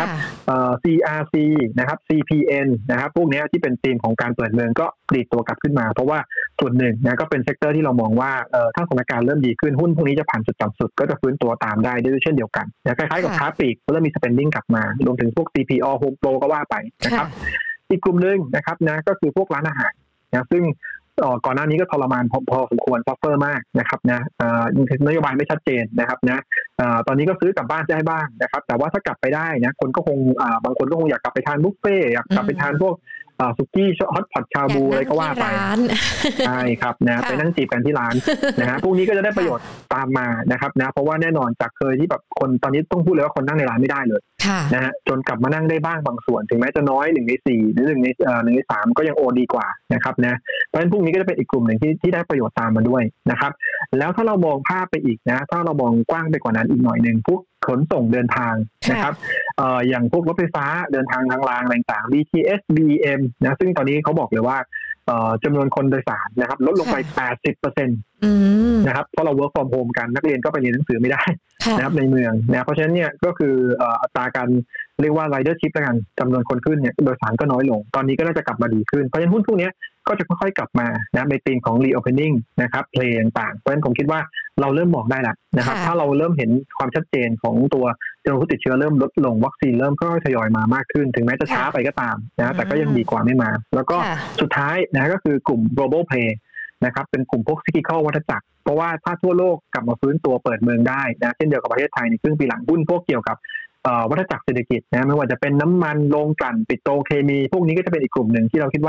CRC นะครับ CPN นะครับพวกนี้ที่เป็นธีมของการเปิดเมืองก็ปลีกตัวกลับขึ้นมาเพราะว่าส่วนหนึ่งนะก็เป็นเซกเตอร์ที่เรามองว่าถ้าสถานการณ์เริ่มดีขึ้นหุ้นพวกนี้จะผ่านจุดต่ำสุดก็จะฟื้นตัวตามได้ด้วยเช่นเดียวกันนะคล้ายๆกับค้าปลีกเริ่มมี spending กลับมารวมถึงพวก CPO Home Pro ก็ว่าไปนะครับอีกกลุ่มนึงนะครับนะก็คือพวกร้านอาหารนะซึ่งก่อนหน้านี้ก็ทรมานพอสมควรซัฟเฟอร์มากนะครับนะนโยบายไม่ชัดเจนนะครับนะตอนนี้ก็ซื้อกลับบ้านได้บ้างนะครับแต่ว่าถ้ากลับไปได้นะคนก็คงบางคนก็คงอยากกลับไปทานบุฟเฟ่อยากกลับไปทานพวกสุกี้ฮอตพอตชาบูอะไรก็ว่าไปใช่ครับนะไปนั่งจีบกันที่ร้านนะฮะพวกนี้ก็จะได้ประโยชน์ตามมานะครับนะเพราะว่าแน่นอนจากเคยที่แบบคนตอนนี้ต้องพูดเลยว่าคนนั่งในร้านไม่ได้เลยนะฮะจนกลับมานั่งได้บ้างบางส่วนถึงแม้จะน้อย1 ใน 4หรือ1 ใน 3ก็ยังโอดีกว่านะครับนะเพราะฉะนั้นพวกนี้ก็จะเป็นอีกกลุ่มหนึ่งที่ได้ประโยชน์ตามมาด้วยนะครับแล้วถ้าเรามองภาพไปอีกนะถ้าเรามองกว้างไปกว่านั้นอีกหน่อยนึงพวกขนส่งเดินทางนะครับอย่างพวกรถไฟฟ้าเดินทางทางรางต่างๆ BTS BM นะซึ่งตอนนี้เขาบอกเลยว่าจำนวนคนโดยสารนะครับลดลงไป 80% นะครับเพราะเรา work from home กันนักเรียนก็ไปเรียนหนังสือไม่ได้นะครับในเมืองนะเพราะฉะนั้นเนี่ยก็คืออัตราการเรียกว่า ridership แล้วกันจำนวนคนขึ้นเนี่ยโดยสารก็น้อยลงตอนนี้ก็น่าจะกลับมาดีขึ้นเพราะฉะนั้นหุ้นพวกนี้ก็จะค่อยๆกลับมานะในธีมของ reopening นะครับเพลงต่างเพราะฉะนั้นผมคิดว่าเราเริ่มมองได้แล้วนะครับถ้าเราเริ่มเห็นความชัดเจนของตัวจำนวนผู้ติดเชื้อเริ่มลดลงวัคซีนเริ่มค่อยๆทยอยมามากขึ้นถึงแม้จะช้าไปก็ตามนะแต่ก็ยังดีกว่าไม่มาแล้วก็สุดท้ายนะก็คือกลุ่ม global play นะครับเป็นกลุ่มพวก cyclical วัฏจักรเพราะว่าถ้าทั่วโลกกลับมาฟื้นตัวเปิดเมืองได้นะเช่นเดียวกับประเทศไทยในครึ่งปีหลังหุ้นพวกเกี่ยวกับวัฏจักรเศรษฐกิจนะไม่ว่าจะเป็นน้ำมันโรงกลั่นปิโตรเคมีพวกนี้ก็จะเป็นอีกกลุ่มหนึ่งที่เราคิดว่า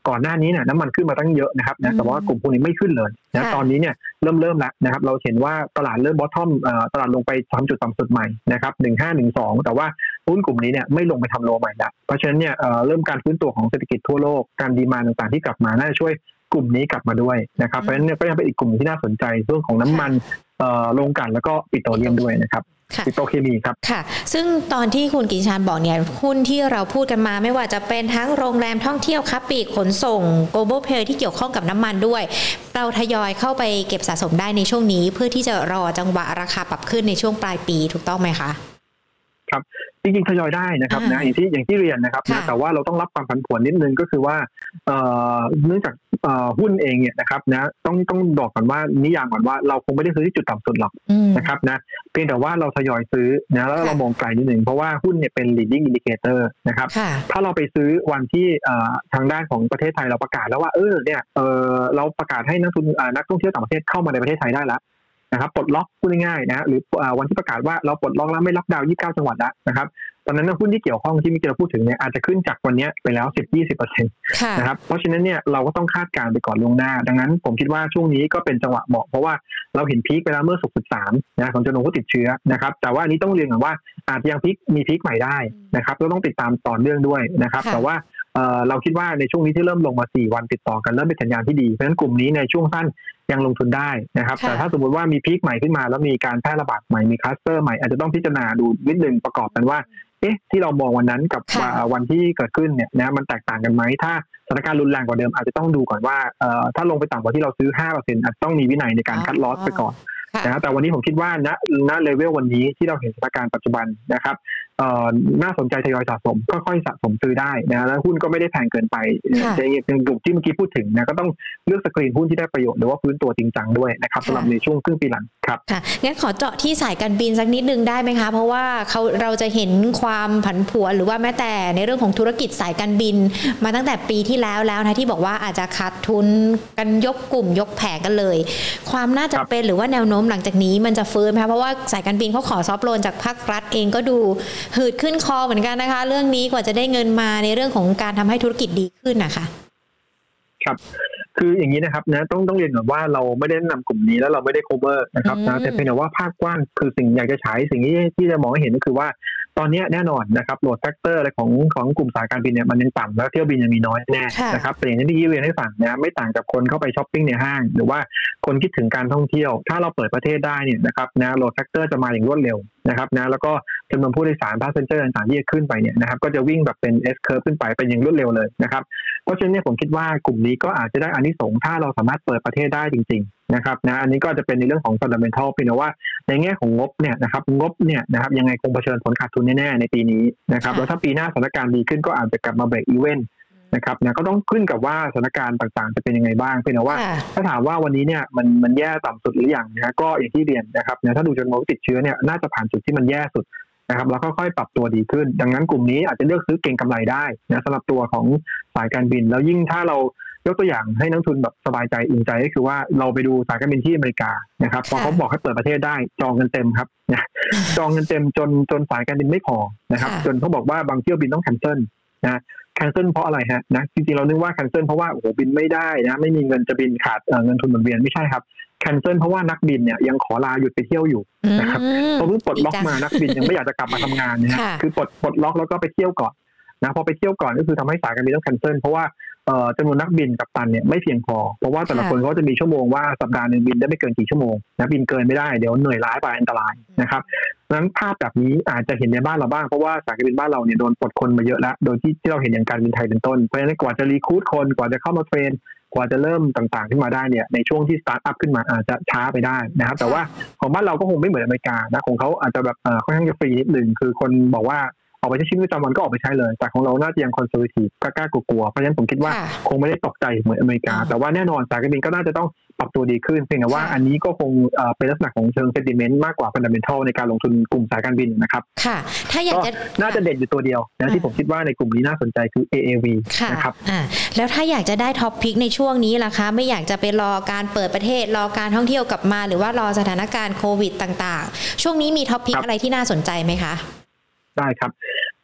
ก่อนหน้านี้เนี่ยน้ำมันขึ้นมาตั้งเยอะนะครับนะแต่ว่ากลุ่มพวกนี้ไม่ขึ้นเลยนะตอนนี้เนี่ยเริ่มแล้วนะครับเราเห็นว่าตลาดเริ่มบอททอมตลาดลงไปทำจุดต่ำสุดใหม่นะครับ1512แต่ว่าหุ้นกลุ่มนี้เนี่ยไม่ลงไปทำโลใหม่ละเพราะฉะนั้นเนี่ยเริ่มการฟื้นตัวของเศรษฐกิจทั่วโลกการดีมานด์ต่างๆที่กลับมาน่าจะช่วยกลุ่มนี้กลับมาด้วยนะครับเพราะฉะนั้นเนี่ยก็ยังเป็นอีกกลุ่มที่น่าสนใจเรื่องของน้ำมันโรงกลั่นแล้วก็ปิโตรเลียมด้วยนะครับปิโตรเคมีครับค่ะซึ่งตอนที่คุณกิชานบอกเนี่ยหุ้นที่เราพูดกันมาไม่ว่าจะเป็นทั้งโรงแรมท่องเที่ยวค้าปลีกขนส่ง Global Pay ที่เกี่ยวข้องกับน้ำมันด้วยเราทยอยเข้าไปเก็บสะสมได้ในช่วงนี้เพื่อที่จะรอจังหวะราคาปรับขึ้นในช่วงปลายปีถูกต้องไหมคะครับจริงๆทยอยได้นะครับนะอย่างที่เรียนนะครับนะแต่ว่าเราต้องรับความผันผวนนิดนึงก็คือว่าเนื่องจากหุ้นเองเนี่ยนะครับนะต้องบอกก่อนว่านิยามก่อนว่าเราคงไม่ได้ซื้อที่จุดต่ำสุดหรอกนะครับนะเพียงแต่ว่าเราทยอยซื้อนะแล้วเรามองไกลนิดนึงเพราะว่าหุ้นเนี่ยเป็น leading indicator นะครับถ้าเราไปซื้อวันที่ทางด้านของประเทศไทยเราประกาศแล้วว่าเนี่ยเราประกาศให้นักท่องเที่ยวต่างประเทศเข้ามาในประเทศไทยได้แล้วนะครับปลดล็อกพูดง่ายๆนะหรือวันที่ประกาศว่าเราปลดล็อกแล้วไม่ล็อกดาวน์29จังหวัดแล้วนะครับตอนนั้นหุ้นที่เกี่ยวข้องที่มีเราพูดถึงเนี่ยอาจจะขึ้นจากวันนี้ไปแล้ว 10-20% นะครับเพราะฉะนั้นเนี่ยเราก็ต้องคาดการณ์ไปก่อนล่วงหน้าดังนั้นผมคิดว่าช่วงนี้ก็เป็นจังหวะเหมาะเพราะว่าเราเห็นพีคไปแล้วเมื่อศุกร์13นะของจำนวนผู้ติดเชื้อนะครับแต่ว่าอันนี้ต้องเรียนก่อนว่าอาจจะยังมีพีคใหม่ได้นะครับเราต้องติดตามต่อเนื่องด้วยนะครับแต่ว่าเราคิดว่าในช่วงนี้ที่เริ่มลงมา4วันติดต่อกันเริ่มเป็นสัญญาณที่ดีเพราะฉะนั้นกลุ่มนี้ในช่วงสั้นยังลงทุนได้นะครับแต่ถ้าสมมุติว่ามีพีคใหม่ขึ้นมาแล้วมีการแพร่ระบาดใหม่มีคลัสเตอร์ใหม่อาจจะต้องพิจารณาดูนิดนึงประกอบกันว่าที่เรามองวันนั้นกับวันที่เกิดขึ้นเนี่ยนะมันแตกต่างกันไหมถ้าสถานการณ์รุนแรงกว่าเดิมอาจจะต้องดูก่อนว่าถ้าลงไปต่ำกว่าที่เราซื้อ 5% อาจจะต้องมีวินัยในการคัดลอสไปก่อนนะแต่วันนี้ผมคิดว่าณเลเวลวันนี้ที่เราเห็นสถานการณ์ปัจจุบันนะครับน่าสนใจทยอยสะสมค่อยๆสะสมซื้อได้นะแล้วหุ้นก็ไม่ได้แพงเกินไปในกลุ่มที่เมื่อกี้พูดถึงนะก็ต้องเลือกสกรีนหุ้นที่ได้ประโยชน์หรือว่าฟื้นตัวจริงจังด้วยนะครับสำหรับในช่วงครึ่งปีหลังครับค่ะงั้นขอเจาะที่สายการบินสักนิดนึงได้ไหมคะเพราะว่าเราจะเห็นความผันผวนหรือว่าแม้แต่ในเรื่องของธุรกิจสายการบินมาตั้งแต่ปีที่แล้วนะที่บอกว่าอาจจะขาดทุนกันยกกลุ่มยกแผงกันเลยความน่าจะเป็นหรือว่าแนวโน้มหลังจากนี้มันจะฟื้นไหมคะเพราะว่าสายการบินเขาขอซอฟต์โลนจากภาครัฐเองก็ดูหืดขึ้นคอเหมือนกันนะคะเรื่องนี้กว่าจะได้เงินมาในเรื่องของการทำให้ธุรกิจดีขึ้นนะคะครับคืออย่างนี้นะครับนะต้องเรียนก่อนว่าเราไม่ได้แนะนำกลุ่มนี้แล้วเราไม่ได้ cover นะครับนะแต่เพียงแต่ว่าภาพกว้างคือสิ่งอยากจะฉายสิ่งที่จะมองให้เห็นก็คือว่าตอนนี้แน่นอนนะครับโหลดแฟกเตอร์อะไรของกลุ่มสายการบินเนี่ยมันยังต่ำแล้วเที่ยวบินยังมีน้อยแน่นะครับแต่อย่างที่เรียนให้ฟังนะไม่ต่างกับคนเข้าไปช้อปปิ้งในห้างหรือว่าคนคิดถึงการท่องเที่ยวถ้าเราเปิดประเทศได้เนี่ยนะครับนะโหลดแฟกเตอร์จะมาอย่างรวดเร็วนะครับนะแล้วก็จำนวนผู้โดยสาร passenger ต่างๆที่จะขึ้นไปเนี่ยนะครับก็จะวิ่งแบบเป็น S curve ขึ้นไปเป็นอย่างรวดเร็วเลยนะครับเพราะฉะนั้นเนี่ยผมคิดว่ากลุ่มนี้ก็อาจจะได้อานิสงส์ถ้าเราสามารถเปิดประเทศได้จริงๆนะครับนะอันนี้ก็จะเป็นในเรื่องของ fundamental เพียงแต่ว่าในแง่ของงบเนี่ยนะครับงบเนี่ยนะครับยังไงคงเผชิญผลขาดทุนแน่ๆในปีนี้นะครับแล้วถ้าปีหน้าสถานการณ์ดีขึ้นก็อาจจะกลับมา break even นะครับนะก็ต้องขึ้นกับว่าสถานการณ์ต่างๆจะเป็นยังไงบ้างเพียงแต่ว่าถ้าถามว่าวันนี้เนี่ยมันแย่ต่ำสุดหรือยังนะก็อย่างที่เรียนนะครับนะถ้าดูจำนวนผู้ติดเชื้อเนี่ยน่าจะผ่านจุดที่มันแย่สุดนะครับแล้วค่อยๆปรับตัวดีขึ้นดังนั้นกลุ่มนี้อาจจะเลือกซื้อเก็งกำไรได้นะสำหรับตัวของสายการบินแล้วยิ่งถ้าเรายกตัวอย่างให้นักทุนแบบสบายใจอุ่นใจก็คือว่าเราไปดูสายการบินที่อเมริกานะครับพอเขาบอกให้เปิดประเทศได้จองกันเต็มครับนะจองกันเต็มจนสายการบินไม่พอนะครับจนเขาบอกว่าบางเที่ยวบินต้องแคนเซิลนะแคนเซิลเพราะอะไรฮะนะจริงๆเรานึกว่าแคนเซิลเพราะว่าโอ้โหบินไม่ได้นะไม่มีเงินจะบินขาดเงินทุนหมุนเวียนไม่ใช่ครับแคนเซิลเพราะว่านักบินเนี่ยยังขอลาหยุดไปเที่ยวอยู่นะครับพอเพิ่งปลดล็อกมานักบินยังไม่อยากจะกลับมาทำงานนะคือปลดล็อกแล้วก็ไปเที่ยวก่อนนะพอไปเที่ยวก่อนก็คือทำให้สายการบินต้องแคนเซิลเพราะว่าจำนวนนักบินกัปตันเนี่ยไม่เพียงพอเพราะว่าแต่ละคนก็จะมีชั่วโมงว่าสัปดาห์นึงบินได้ไม่เกินกี่ชั่วโมงนะบินเกินไม่ได้เดี๋ยวเหนื่อยล้าไปอันตรายนะครับนั้นภาพแบบนี้อาจจะเห็นในบ้านเราบ้างเพราะว่าสายการบินบ้านเราเนี่ยโดนปลดคนมาเยอะแล้วโดยที่เราเห็นอย่างการบินไทยเป็นต้นเพราะฉะนั้นกว่าจะรีครูทคนกว่าจะเข้ามาเทรนกว่าจะเริ่มต่างๆขึ้นมาได้เนี่ยในช่วงที่สตาร์ทอัพขึ้นมาอาจจะช้าไปได้นะครับแต่ว่าของบ้านเราก็คงไม่เหมือนอเมริกานะของเขาอาจจะแบบค่อนข้างจะฟรีนิดนึงคือคนบอกว่าออกไปใช้ชีวิตประจำวันก็ออกไปใช้เลยแต่ของเราน่าจะยังคอนเซอร์เวทีฟกล้ากลัวๆเพราะฉะนั้นผมคิดว่าคงไม่ได้ตกใจเหมือนอเมริกาแต่ว่าแน่นอนสายการบินก็น่าจะต้องปรับตัวดีขึ้นเพียงแต่ว่าอันนี้ก็คงเป็นลักษณะของเชิงเซนติเมนต์มากกว่าฟันดัมเมนทัลในการลงทุนกลุ่มสายการบินนะครับค่ะถ้าอยากจะน่าจะเด่นอยู่ตัวเดียวนะที่ผมคิดว่าในกลุ่มนี้น่าสนใจคือ AAV นะครับแล้วถ้าอยากจะได้ท็อปพิกในช่วงนี้ล่ะคะไม่อยากจะไปรอการเปิดประเทศรอการท่องเที่ยวกลับมาหรือว่ารอสถานการณ์โควิดต่างๆช่วงนี้มีท็อปพิกอะไรที่น่าสนใจไหมคะได้ครับ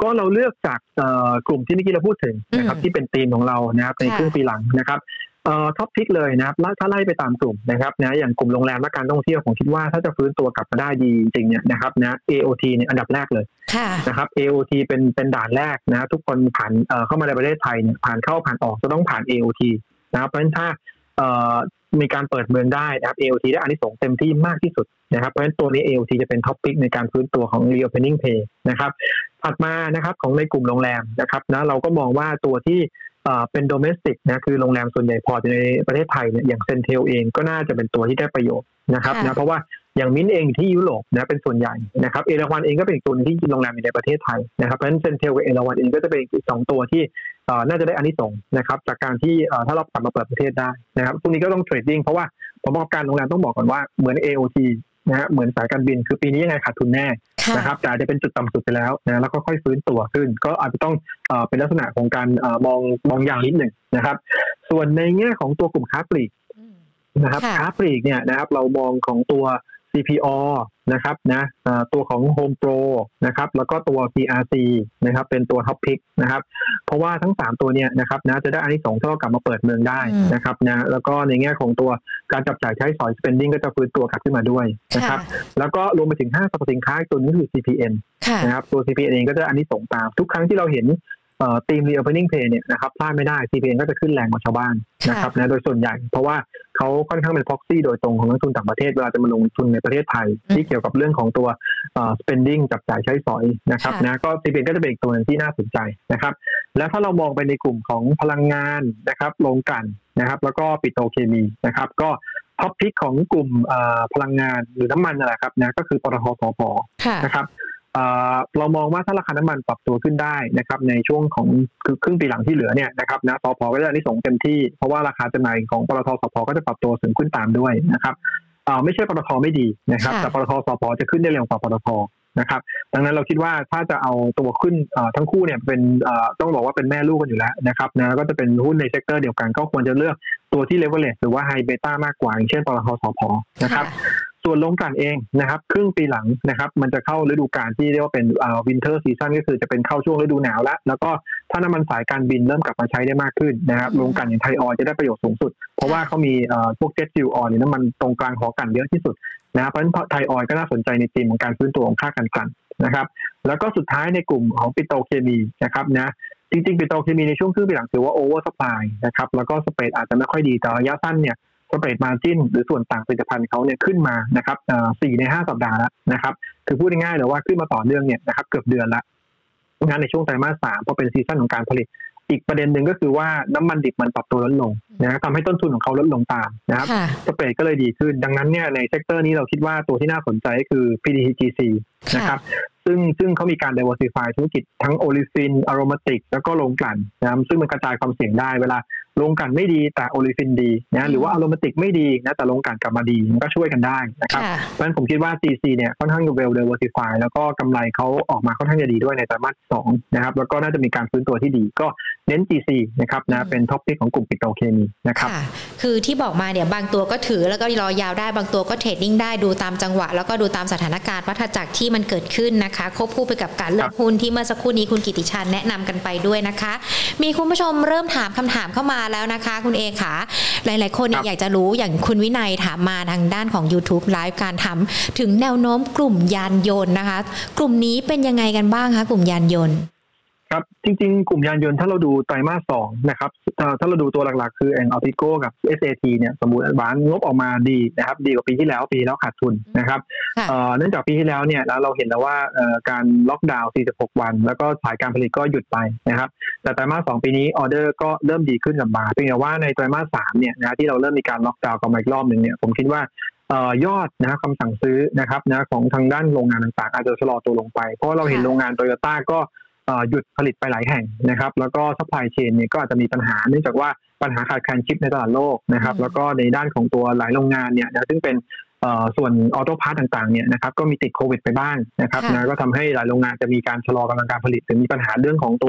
ก็เราเลือกจากกลุ่มที่เมื่อกี้เราพูดถึงนะครับที่เป็นธีมของเรานะครับในครึ่งปีหลังนะครับท็อปพิกเลยนะครับถ้าไล่ไปตามกลุ่มนะครับนะอย่างกลุ่มโรงแรมและการท่องเที่ยวผมคิดว่าถ้าจะฟื้นตัวกลับมาได้ดีจริงเนี่ยนะครับนะ AOT เนี่ยอันดับแรกเลยนะครับ AOT เป็นด่านแรกนะทุกคนผ่านเข้ามาในประเทศไทยเนี่ยผ่านเข้าผ่านออกจะต้องผ่าน AOT นะครับเพราะฉะนั้นถ้ามีการเปิดเมืองได้นะครับ AOT ได้อานิสงส์เต็มที่มากที่สุดนะครับเพราะฉะนั้นตัวนี้ AOT จะเป็นท็อปพิกในการฟื้นตัวของ Reopening Pay นะครับถัดมานะครับของในกลุ่มโรงแรมนะครับนะเราก็มองว่าตัวที่เป็นโดเมสติกนะคือโรงแรมส่วนใหญ่พอในประเทศไทยเนี่ยอย่างเซนเทลเองก็น่าจะเป็นตัวที่ได้ประโยชน์นะครับนะเพราะว่าอย่างมิ้นเองที่ยุโรปนะเป็นส่วนใหญ่นะครับเอราวัณเองก็เป็นอีกตัวนึงที่โรงแรมในประเทศไทยนะครับเพราะฉะนั้นเซนเทลกับเอราวัณเองก็จะเป็นอีก2ตัวที่น่าจะได้อานิสงส์นะครับจากการที่ถ้าเรากลับมาเปิดประเทศได้นะครับพวกนี้ก็ต้องเทรดดิ้งเพราะว่าผมบอกการโรงแรมต้องบอกก่อนว่าเหมือน AOT นะฮะเหมือนสายการบินคือปีนี้ยังไงขาดทุนแน่นะครับแต่อาจจะเป็นจุดต่ำสุดไปแล้วนะแล้วก็ค่อยฟื้นตัวขึ้นก็อาจจะต้องเป็นลักษณะของการมองอย่างนิดหนึ่งนะครับส่วนในแง่ของตัวกลุ่มค้าปลีกนะครับค้าปลีกเนี่ยนะครับเรามองของตัว CPO นะครับนะตัวของ Home Pro นะครับแล้วก็ตัว CRC นะครับเป็นตัว Top Pick นะครับเพราะว่าทั้ง3ตัวเนี่ยนะครับนะจะได้อานิสงส์ถ้าเรากลับมาเปิดเมืองได้นะครับนะแล้วก็ในแง่ของตัวการจับจ่ายใช้สอย spending ก็จะฟื้นตัวกลับขึ้นมาด้วยนะครับแล้วก็รวมไปถึงห้างสรรพสินค้าตัวนี้คือ CPN นะครับตัว CPN เองก็จะอานิสงส์ตามทุกครั้งที่เราเห็นทีม Reopening Pay เนี่ยนะครับพลาดไม่ได้ CPN ก็จะขึ้นแรงกว่าชาวบ้านนะครับนะโดยส่วนใหญ่เพราะว่าเขาค่อนข้างเป็น proxy โดยตรงของนักทุนต่างประเทศเวลาจะมาลงทุนในประเทศไทยที่เกี่ยวกับเรื่องของตัวspending จับจ่ายใช้สอยนะครับนะก็ CPN ก็จะเป็นอีกตัวนึงที่น่าสนใจนะครับแล้วถ้าเรามองไปในกลุ่มของพลังงานนะครับโรงกลั่นนะครับแล้วก็ปิโตรเคมีนะครับก็ท็อปพิกของกลุ่มพลังงานหรือน้ำมันนั่นแหละครับนะก็คือปตท.สผ.นะครับเรามองว่าถ้าราคาน้ำมันปรับตัวขึ้นได้นะครับในช่วงของคือครึ่งปีหลังที่เหลือเนี่ยนะครับนะสผ.ก็จะอานิสงส์เต็มที่เพราะว่าราคาจำหน่ายของปตท.สผ.ก็จะปรับตัวสูงขึ้นตามด้วยนะครับไม่ใช่ปตท.ไม่ดีนะครับแต่ปตท.สผ.จะขึ้นได้เร็วกว่าปตท.นะครับดังนั้นเราคิดว่าถ้าจะเอาตัวขึ้นทั้งคู่เนี่ยเป็นต้องบอกว่าเป็นแม่ลูกกันอยู่แล้วนะครับนะก็จะเป็นหุ้นในเซกเตอร์เดียวกันก็ควรจะเลือกตัวที่ leverage หรือว่า high beta มากกว่าอย่างเช่นปตท.สผ.นะครับส่วนโรงกลั่นเองนะครับครึ่งปีหลังนะครับมันจะเข้าฤดูกาลที่เรียกว่าเป็นwinter season ก็คือจะเป็นเข้าช่วงฤดูหนาวแล้วก็ถ้าน้ำมันสายการบินเริ่มกลับมาใช้ได้มากขึ้นนะครับโรงกลั่นอย่างไทยออยล์จะได้ประโยชน์สูงสุดเพราะว่าเขามีพวก jet fuel oil หรือน้ำมันตรงกลางหอกลั่นเยอะที่สุดนะเพราะฉะนั้นไทยออยล์ก็น่าสนใจในธีมของการฟื้นตัวของค่าการกลั่นนะครับแล้วก็สุดท้ายในกลุ่มของปิโตรเคมีนะครับนะจริงๆปิโตรเคมีในช่วงครึ่งปีหลังถือว่า over supply นะครับแล้วก็สเปรดอาจจะไม่ค่อยดีแต่ระยะสั้นเนี่ยสเปรดมาร์จิ้นหรือส่วนต่างผลิตภัณฑ์เขาเนี่ยขึ้นมานะครับ4 ใน 5 สัปดาห์แล้วนะครับคือพูดง่ายๆเลยว่าขึ้นมาต่อเนื่องเนี่ยนะครับเกือบเดือนละงานในช่วงไตรมาส 3เพราะเป็นซีซั่นของการผลิตอีกประเด็นหนึ่งก็คือว่าน้ำมันดิบมันปรับตัวลดลงนะทำให้ต้นทุนของเขาลดลงตามนะครับสเปรดก็เลยดีขึ้นดังนั้นเนี่ยในเซกเตอร์นี้เราคิดว่าตัวที่น่าสนใจก็คือ PTTGC นะครับซึ่งเขามีการ diversify ธุรกิจทั้งโอลิฟินอะโรมาติกแล้วก็โรงกลั่นนะซึ่งมันกระจายความเสี่ยงได้เวลาโรงกลั่นไม่ดีแต่โอลิฟินดีนะหรือว่าอะโรมาติกไม่ดีนะแต่โรงกลั่นกลับมาดีมันก็ช่วยกันได้นะครับเพราะฉะนั้นผมคิดว่า GC เนี่ยค่อนข้าง well diversify แล้วก็กำไรเขาออกมาค่อนข้างจะดีด้วยในไตรมาส 2นะครับแล้วก็น่าจะมีการฟื้นตัวที่ดีก็เน้น GC นะครับนะเป็นท็อปพิกของกลุ่มปิโตรเคมีนะครับคือที่บอกมาเนี่ยบางตัวก็ถือแล้วก็รอยาวได้บางตัวก็เทรดดิ้งได้ดูตามจังหวะแล้วก็ดูตามสถานการณ์วัฏจักรที่มันเกิดขึ้นนะคะควบคู่ไปกับการเลือกหุ้นที่เมื่อสักครู่นี้คุณกิติชันแนะนำกันไปด้วยนะคะมีคุณผู้ชมเริ่มถามคำถามเข้ามาแล้วนะคะคุณเอค่ะหลายๆคนเนี่ยอยากจะรู้อย่างคุณวินัยถามมาทางด้านของ YouTube Live การทำถึงแนวโน้มกลุ่มยานยนต์นะคะกลุ่มนี้เป็นยังไงกันบ้างคะกลุ่มยานยนต์ครับจริงๆกลุ่มยานยนต์ถ้าเราดูไตรมาส 2นะครับถ้าเราดูตัวหลักๆคือ Alpico กับ SAT เนี่ยสมมุติบานงบออกมาดีนะครับดีกว่าปีที่แล้วขาดทุนนะครับเนื่องจากปีที่แล้วเนี่ยเราเห็นแล้วว่าการล็อกดาวน์46 วันแล้วก็สายการผลิตก็หยุดไปนะครับแต่ไตรมาส 2ปีนี้ออเดอร์ก็เริ่มดีขึ้นกลับมาเพียงแต่ว่าในไตรมาส 3เนี่ยนะที่เราเริ่มมีการล็อกดาวน์กันมาอีกรอบนึงเนี่ยผมคิดว่ายอดนะคำสั่งซื้อนะครับนะของทางด้านโรงงานต่างๆอาจจะชะลอตัวลงไปเพราะเราเห็นโรงงานโตโยต้าก็หยุดผลิตไปหลายแห่งนะครับแล้วก็ซัพพลายเชนเนี่ยก็อาจจะมีปัญหาเนื่องจากว่าปัญหาขาดแคลนชิปในตลาดโลกนะครับแล้วก็ในด้านของตัวหลายโรงงานเนี่ยนะซึ่งเป็นส่วนออโต้พาร์ทต่างๆเนี่ยนะครับก็มีติดโควิดไปบ้างนะครับนะก็ทำให้หลายโรงงานจะมีการชะลอกำลังการผลิตหรือมีปัญหาเรื่องของตัว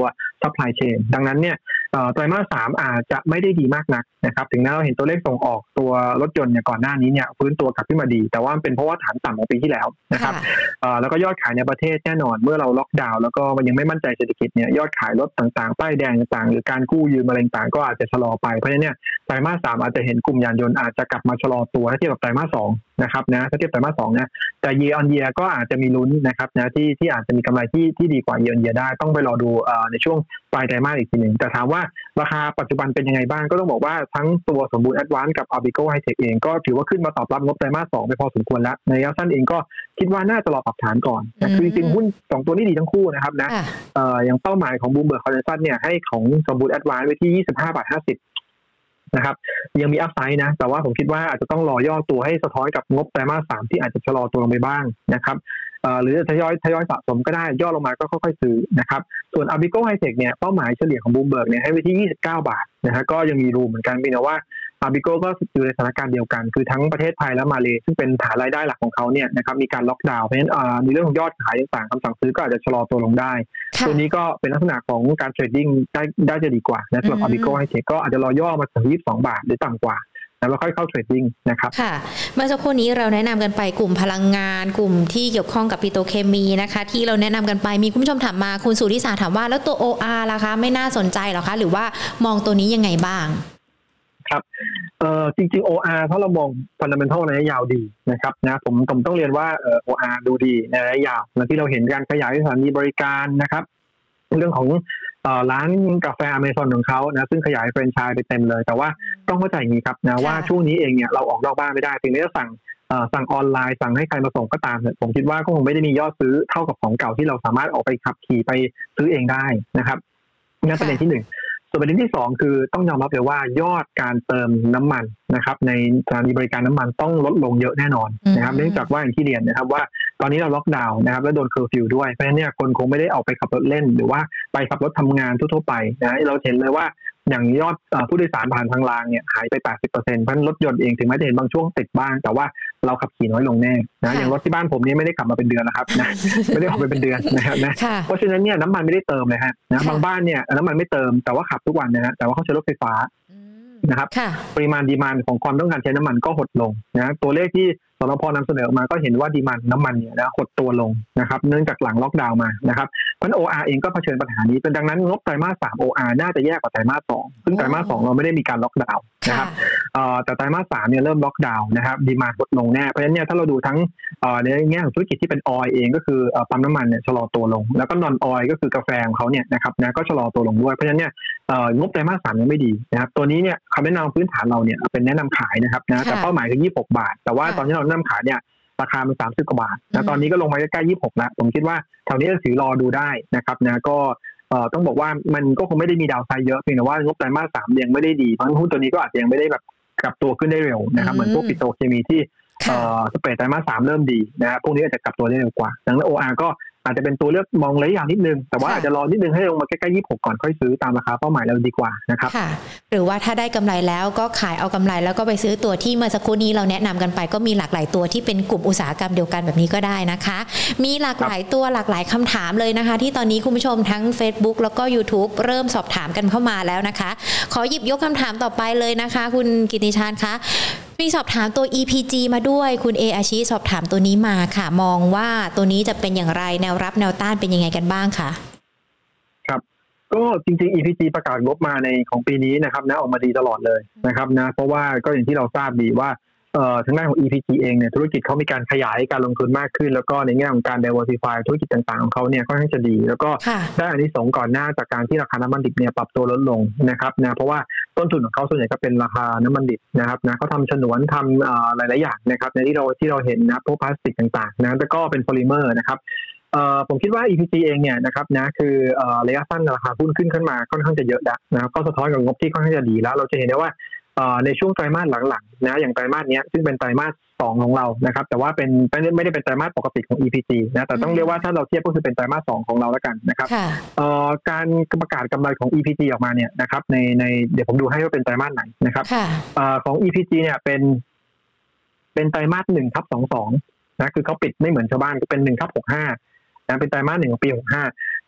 supply chain ดังนั้นเนี่ยไตรมาส 3อาจจะไม่ได้ดีมากนักนะครับถึงแม้เราเห็นตัวเลขส่งออกตัวรถยนต์เนี่ยก่อนหน้านี้เนี่ยฟื้นตัวกลับขึ้นมาดีแต่ว่าเป็นเพราะว่าฐานต่ำของปีที่แล้วนะครับแล้วก็ยอดขายในประเทศแน่นอนเมื่อเราล็อกดาวน์แล้วก็มันยังไม่มั่นใจเศรษฐกิจเนี่ยยอดขายรถต่างๆป้ายแดงต่างๆหรือการกู้ยืมอะไรต่างๆก็อาจจะชะลอไปเพราะฉะนั้นเนี่ยไตรมาส 3อาจจะเห็นกลุ่มยานยนต์อาจจะกลับมาชะลอตัวถ้าเทียบกับไตรมาส 2นะครับนะถ้าเทียบไตรมาส 2นะแต่ year on year ก็อาจจะมีลุ้นนะครับนะที่อาจจะมีกำไรที่ดีกว่า year on year ได้ต้องไปรอดูในช่วงปลายไตรมาสอีกทีนึงแต่ถามว่าราคาปัจจุบันเป็นยังไงบ้างก็ต้องบอกว่าทั้งตัวสมบูรณ์ Advance กับ Abico High-Tech เองก็ถือว่าขึ้นมาตอบรับงบไตรมาส 2ไปพอสมควรแล้วในระยะสั้นเองก็คิดว่าน่าจะรอปรับฐานก่อนนะคือจริงๆหุ้น2ตัวนี้ดีทั้งคู่นะครับนะอย่างเป้าหมายของ Bloomberg Consensus เนี่ยให้ของสมบูรณ์ Advance ไว้ที่25.50 บาทนะครับยังมีอัพไซด์นะแต่ว่าผมคิดว่าอาจจะต้องรอย่อตัวให้สะท้อนกับงบไตรมาส 3ที่อาจจะชะลอตัวลงไปบ้างนะครับหรือทยอยสะสมก็ได้ย่อลงมาก็ค่อยๆซื้อนะครับส่วน Abico High-Tech เนี่ยเป้าหมายเฉลี่ยของ Bloomberg เนี่ยให้ไว้ที่29 บาทนะฮะก็ยังมีรูมเหมือนกันเพียงแต่ว่า Abico ก็อยู่ในสถานการณ์เดียวกันคือทั้งประเทศไทยและมาเลซึ่งเป็นฐานรายได้หลักของเขาเนี่ยนะครับมีการล็อกดาวน์เพราะฉะนั้นในเรื่องของยอดขายต่างๆคำสั่งซื้อก็อาจจะชะลอตัวลงได้ตัวนี้ก็เป็นลักษณะของการเทรดดิ้งได้จะดีกว่านะสำหรับ Abico High-Tech ก็อาจจะรอย่อมาถึง22 บาทหรือต่ำกว่าแล้วค่อยเข้าเทรดดิ้งนะครับค่ะเมื่อสักครู่นี้เราแนะนำกันไปกลุ่มพลังงานกลุ่มที่เกี่ยวข้องกับปิโตรเคมีนะคะที่เราแนะนำกันไปมีคุณผู้ชมถามมาคุณสุริศาถามว่าแล้วตัว OR ล่ะคะไม่น่าสนใจหรอคะหรือว่ามองตัวนี้ยังไงบ้างครับจริงๆ OR ถ้าเรามอง fundamental ในระยะยาวดีนะครับนะผมต้องเรียนว่าOR ดูดีในระยะยาวที่เราเห็นการขยายสถานีบริการนะครับเรื่องของร้านกาแฟ Amazon ของเขานะซึ่งขยายแฟรนไชส์ไปเต็มเลยแต่ว่าต้องเข้าใจอย่างนี้ครับนะว่าช่วงนี้เองเนี่ยเราออกนอกบ้านไม่ได้ถึงแม้จะสั่งออนไลน์สั่งให้ใครมาส่งก็ตามผมคิดว่าก็คงไม่ได้มียอดซื้อเท่ากับของเก่าที่เราสามารถออกไปขับขี่ไปซื้อเองได้นะครับนั่นประเด็นที่1ส่วนประเด็นที่2คือต้องยอมรับเลยว่ายอดการเติมน้ำมันนะครับในสถานีบริการน้ำมันต้องลดลงเยอะแน่นอนนะครับเนื่องจากว่าอย่างที่เรียนนะครับว่าตอนนี้เราล็อกดาวน์นะครับและโดนเคอร์ฟิวด้วยเพราะฉะนั้นเนี่ยคนคงไม่ได้ออกไปขับรถเล่นหรือว่าไปขับรถทำงานทั่วๆไปนะเราเห็นเลยว่าอย่างยอดผู้โดยสารผ่านทางรางเนี่ยหายไป 80% เพราะฉะนั้นรถยนต์เองถึงแม้จะเห็นบางช่วงติดบ้างแต่ว่าเราขับขี่น้อยลงแน่นะอย่างรถที่บ้านผมนี่ไม่ได้ขับมาเป็นเดือนแล้วครับนะไม่ได้ออกไปเป็นเดือนนะครับนะเพราะฉะนั้นเนี่ยน้ำมันไม่ได้เติมเลยฮะนะบางบ้านเนี่ยน้ำมันไม่เติมแต่ว่าขับทุกวันนะฮะแต่ว่าเขาใช้รถไฟฟ้านะครับปริมาณดีมานด์ของความต้องการใช้น้ำมันก็หดลงนะตัวเลขที่สนพ.นำเสนอออกมาก็เห็นว่าดีมานด์น้ำมันเนี่ยนะหดตัวลงนะครับเนื่องจากหลังล็อกดาวน์มานะครับเพราะฉะนั้น OR เองก็เผชิญปัญหานี้ดังนั้นงบไตรมาส 3 OR น่าจะแย่กว่าไตรมาส 2ซึ่งไตรมาส 2เราไม่ได้มีการล็อกดาวน์นะครับแต่ไตรมาส 3เนี่ยเริ่มล็อกดาวน์นะครับดีมานด์ลดลงแน่เพราะฉะนั้นเนี่ยถ้าเราดูทั้งในแง่ของธุรกิจที่เป็นออยล์เองก็คือปั๊มน้ำมันเนี่ยชะลอตัวลงแล้วก็นอนออยล์ก็คือกาแฟของเขาเนี่ยนะครับนะก็ชะลอตัวลงด้วยเพราะฉะนั้นเนี่ยงบไตรมาส 3ยังไม่ดีนะครับตัวนี้เนี่ยคำแนะนำพื้นฐานเราเนี่ยเป็นแนะนำขายนะครับนะแต่เป้าหมายคือ26 บาทแต่ว่าตอนที่เราแนะนำขายเนี่ยราคามัน30 กว่าบาทนะตอนนี้ก็ลงมาใกล้ๆ26แล้วผมคิดว่าแถวนี้จะถือรอดูได้นะครับนะก็ต้องบอกว่ามันก็คงไม่ได้มีดาวไซด์เยอะเพียงแต่ว่างบไตรมาส 3ยังไม่ได้ดีเพราะหุ้นตัวนี้ก็อาจจะยังไม่ได้แบบกลับตัวขึ้นได้เร็วนะครับเหมือนพวกปิโตรเคมีที่สเปรดไตรมาส 3เริ่มดีนะครับพวกนี้อาจจะกลับตัวได้เร็วกว่าดังนั้น OR ก็อาจจะเป็นตัวเลือกมองระยะยาวนิดนึงแต่ว่าอาจจะรอนิดนึงให้ลงมาใกล้ๆ26ก่อนค่อยซื้อตามราคาเป้าหมายเราดีกว่านะครับหรือว่าถ้าได้กำไรแล้วก็ขายเอากำไรแล้วก็ไปซื้อตัวที่เมื่อสักครู่นี้เราแนะนำกันไปก็มีหลากหลายตัวที่เป็นกลุ่มอุตสาหกรรมเดียวกันแบบนี้ก็ได้นะคะมีหลากหลายตัวหลากหลายคำถามเลยนะคะที่ตอนนี้คุณผู้ชมทั้ง Facebook แล้วก็ YouTube เริ่มสอบถามกันเข้ามาแล้วนะคะขอหยิบยกคำถามต่อไปเลยนะคะคุณกิติชาญคะมีสอบถามตัว EPG มาด้วยคุณเออาชิสอบถามตัวนี้มาค่ะมองว่าตัวนี้จะเป็นอย่างไรแนวรับแนวต้านเป็นยังไงกันบ้างคะครับก็จริงๆ EPG ประกาศงบมาในของปีนี้นะครับนะออกมาดีตลอดเลยนะครับนะเพราะว่าก็อย่างที่เราทราบดีว่าทางด้านของ EPG เองเนี่ยธุรกิจเขามีการขยายการลงทุนมากขึ้นแล้วก็ในแง่ของการ diversify ธุรกิจต่างๆของเขาเนี่ยค่อนข้างจะดีแล้วก็ได้อานิสงส์ก่อนหน้าจากการที่ราคาน้ำมันดิบเนี่ยปรับตัวลดลงนะครับนะเพราะว่าต้นทุนของเขาส่วนใหญ่ก็เป็นราคาน้ำมันดิบนะครับนะเขาทำฉนวนทำหลายๆอย่างนะครับในที่เราเห็นนะพวกพลาสติกต่างๆนะแต่ก็เป็นโพลิเมอร์นะครับผมคิดว่า EPG เองเนี่ยนะครับนะคือระยะสั้นราคาหุ้นขึ้นมาค่อนข้างจะเยอะนะก็สะท้อนกับงบที่ค่อนข้างจะดีแล้วเราจะเห็นได้ว่าในช่วงไตรมาสหลังๆนะอย่างไตรมาสนี้ซึ่งเป็นไตรมาส 2ของเรานะครับแต่ว่าเป็นไม่ได้เป็นไตรมาสปกติของ EPG นะแต่ต้องเรียกว่าถ้าเราเทียบก็คือเป็นไตรมาส 2ของเราแล้วกันนะครับการประกาศกำไรของ EPG ออกมาเนี่ยนะครับในเดี๋ยวผมดูให้ว่าเป็นไตรมาสไหนนะครับของ EPG เนี่ยเป็นไตรมาส 1/22 นะคือเขาปิดไม่เหมือนชาวบ้านก็เป็น 1/65 นะเป็นไตรมาส 1ของปี 65ต